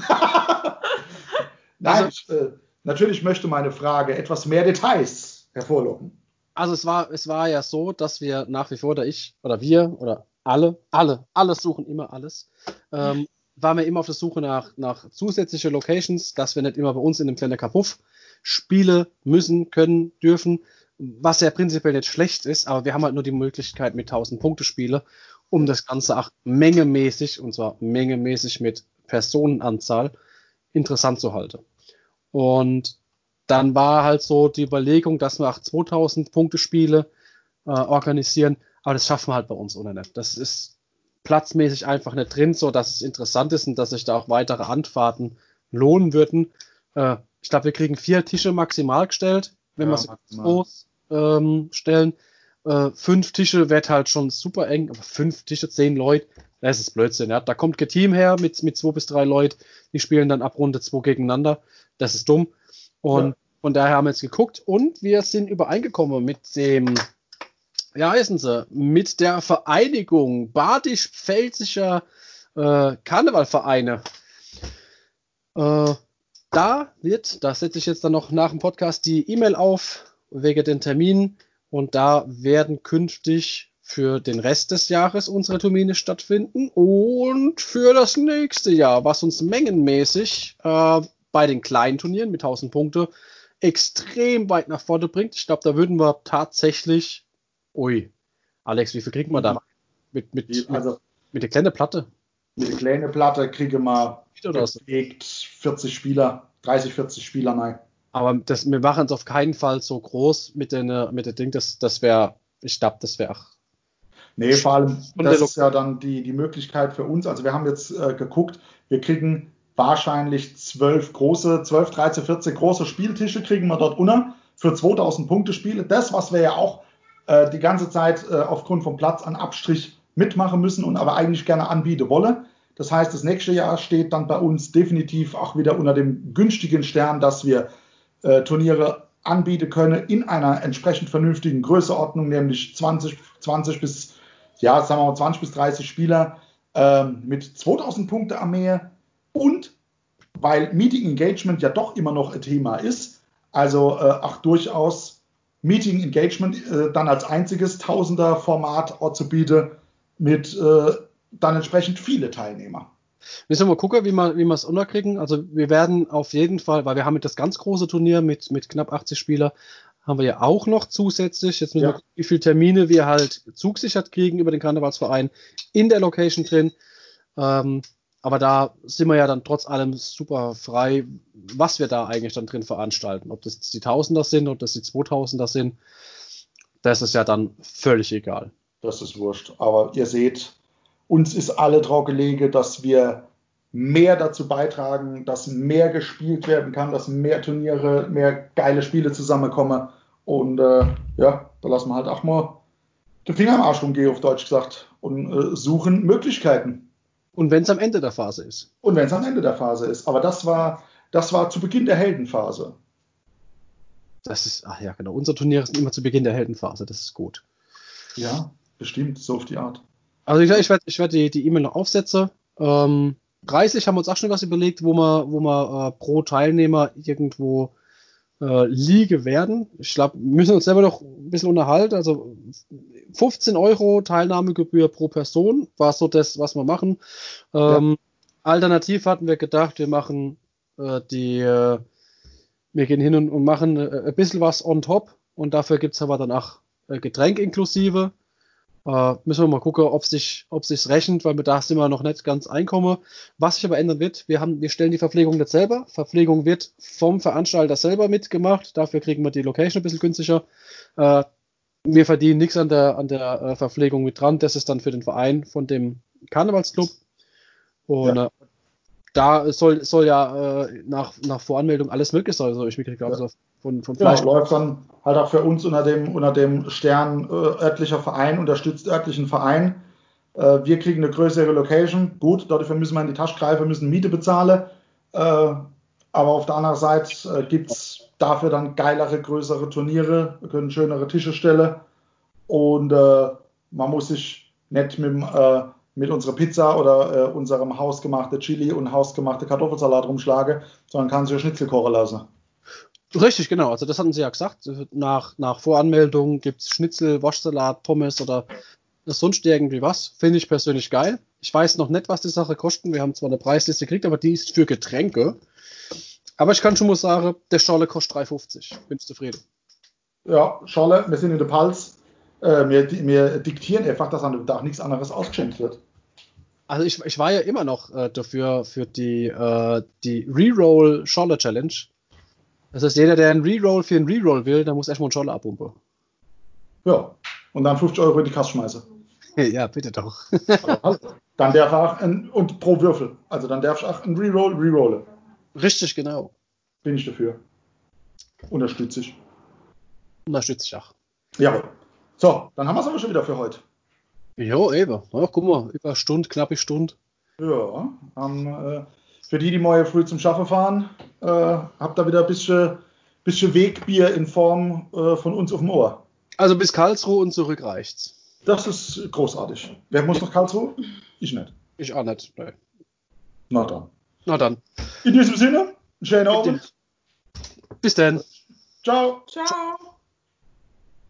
Nein, Also, natürlich möchte meine Frage etwas mehr Details hervorlocken. Also es war ja so, dass wir nach wie vor, wir alle suchen immer alles, waren wir immer auf der Suche nach zusätzlichen Locations, dass wir nicht immer bei uns in einem kleinen Kabuff spielen müssen, können, dürfen, was ja prinzipiell nicht schlecht ist, aber wir haben halt nur die Möglichkeit mit 1000-Punkte-Spiele, um das Ganze auch mengemäßig, und zwar mengemäßig mit Personenanzahl, interessant zu halten. Und dann war halt so die Überlegung, dass wir auch 2000-Punkte-Spiele organisieren, aber das schaffen wir halt bei uns ohne nicht. Das ist platzmäßig einfach nicht drin, so dass es interessant ist und dass sich da auch weitere Anfahrten lohnen würden. Ich glaube, wir kriegen 4 Tische maximal gestellt, wenn wir es groß stellen. 5 Tische wird halt schon super eng, aber 5 Tische, 10 Leute, das ist Blödsinn. Ja. Da kommt kein Team her mit 2 bis 3 Leuten, die spielen dann ab Runde 2 gegeneinander. Das ist dumm. Und von daher haben wir jetzt geguckt und wir sind übereingekommen mit dem, ja, heißen sie, mit der Vereinigung Badisch-Pfälzischer Karnevalvereine. Da setze ich jetzt dann noch nach dem Podcast die E-Mail auf, wegen den Terminen. Und da werden künftig für den Rest des Jahres unsere Termine stattfinden und für das nächste Jahr, was uns mengenmäßig bei den kleinen Turnieren mit 1000 Punkte extrem weit nach vorne bringt. Ich glaube, da würden wir tatsächlich, Alex, wie viel kriegt man da? Mit der kleinen Platte? Mit der kleinen Platte kriegen wir so. 40 Spieler, 30, 40 Spieler, nein. Aber wir machen es auf keinen Fall so groß mit der Ding, das wäre, ich glaube, das wäre. Nee, vor allem, das ist ja dann die Möglichkeit für uns. Also wir haben jetzt geguckt, wir kriegen wahrscheinlich 12, 13, 14 große Spieltische kriegen wir dort unter für 2000 Punkte Spiele. Das, was wir ja auch die ganze Zeit aufgrund vom Platz an Abstrich mitmachen müssen und aber eigentlich gerne anbieten wollen. Das heißt, das nächste Jahr steht dann bei uns definitiv auch wieder unter dem günstigen Stern, dass wir Turniere anbieten können in einer entsprechend vernünftigen Größeordnung, nämlich 20 bis, ja, sagen wir mal 20 bis 30 Spieler mit 2000 Punkte Armee und weil Meeting Engagement ja doch immer noch ein Thema ist, also auch durchaus Meeting Engagement dann als einziges Tausender-Format zu bieten mit dann entsprechend viele Teilnehmer. Müssen wir mal gucken, wie wir es unterkriegen. Also wir werden auf jeden Fall, weil wir haben das ganz große Turnier mit knapp 80 Spieler, haben wir ja auch noch zusätzlich, jetzt müssen wir gucken, wie viele Termine wir halt zugesichert kriegen über den Karnevalsverein in der Location drin. Aber da sind wir ja dann trotz allem super frei, was wir da eigentlich dann drin veranstalten. Ob das jetzt die Tausender sind, ob das die 2000er sind, das ist ja dann völlig egal. Das ist wurscht. Aber ihr seht, uns ist alle drauf gelegen, dass wir mehr dazu beitragen, dass mehr gespielt werden kann, dass mehr Turniere, mehr geile Spiele zusammenkommen. Und ja, da lassen wir halt auch mal den Finger am Arsch rumgehen, auf Deutsch gesagt, und suchen Möglichkeiten. Und wenn es am Ende der Phase ist. Und wenn es am Ende der Phase ist. Aber das war zu Beginn der Heldenphase. Das ist, ach ja, genau. Unser Turnier ist immer zu Beginn der Heldenphase. Das ist gut. Ja, bestimmt, so auf die Art. Also ich werd die E-Mail noch aufsetzen. Preislich haben wir uns auch schon was überlegt, wo wir pro Teilnehmer irgendwo liegen werden. Ich glaube, wir müssen uns selber noch ein bisschen unterhalten. Also 15 € Teilnahmegebühr pro Person war so das, was wir machen. Alternativ hatten wir gedacht, wir machen wir gehen hin und machen ein bisschen was on top und dafür gibt es aber dann auch Getränk inklusive. Müssen wir mal gucken, ob sich's rechnet, weil wir da sind wir noch nicht ganz einkommen. Was sich aber ändern wird, wir stellen die Verpflegung nicht selber. Verpflegung wird vom Veranstalter selber mitgemacht. Dafür kriegen wir die Location ein bisschen günstiger. Wir verdienen nichts an der Verpflegung mit dran. Das ist dann für den Verein von dem Karnevalsclub. Und da soll ja nach Voranmeldung alles möglich sein, so ich mitgekriegt habe. Also von Fleisch. Läuft dann halt auch für uns unter dem Stern örtlicher Verein, unterstützt örtlichen Verein. Wir kriegen eine größere Location. Gut, dafür müssen wir in die Tasche greifen, müssen Miete bezahlen. Aber auf der anderen Seite gibt es dafür dann geilere, größere Turniere. Wir können schönere Tische stellen. Und man muss sich nicht mit unserer Pizza oder unserem hausgemachten Chili und hausgemachten Kartoffelsalat rumschlagen, sondern kann sich ein Schnitzel kochen lassen. Richtig, genau. Also das hatten sie ja gesagt. Nach Voranmeldung gibt es Schnitzel, Wurstsalat, Pommes oder sonst irgendwie was. Finde ich persönlich geil. Ich weiß noch nicht, was die Sache kosten. Wir haben zwar eine Preisliste gekriegt, aber die ist für Getränke. Aber ich kann schon mal sagen, der Schorle kostet 3,50. Bin ich zufrieden. Ja, Schorle, wir sind in der Pals. Wir diktieren einfach, dass an dem Tag nichts anderes ausgeschenkt wird. Also ich war ja immer noch dafür für die Reroll Schorle Challenge. Das heißt, jeder, der einen Reroll für einen Reroll will, der muss erstmal einen Scholle abpumpen. Ja, und dann 50 € in die Kasse schmeißen. Ja, bitte doch. Dann darf er auch und pro Würfel. Also dann darf ich auch einen rerollen. Richtig, genau. Bin ich dafür. Unterstütze ich. Unterstütze ich auch. Jawohl. So, dann haben wir es aber schon wieder für heute. Jo, eben. Ja, guck mal, über Stunde, knappe Stunde. Ja, für die morgen früh zum Schaffen fahren, habt ihr wieder ein bisschen Wegbier in Form von uns auf dem Ohr. Also bis Karlsruhe und zurück reicht's. Das ist großartig. Wer muss nach Karlsruhe? Ich nicht. Ich auch nicht. Nee. Na dann. Na dann. In diesem Sinne, schönen Abend. Bis dann. Ciao. Ciao.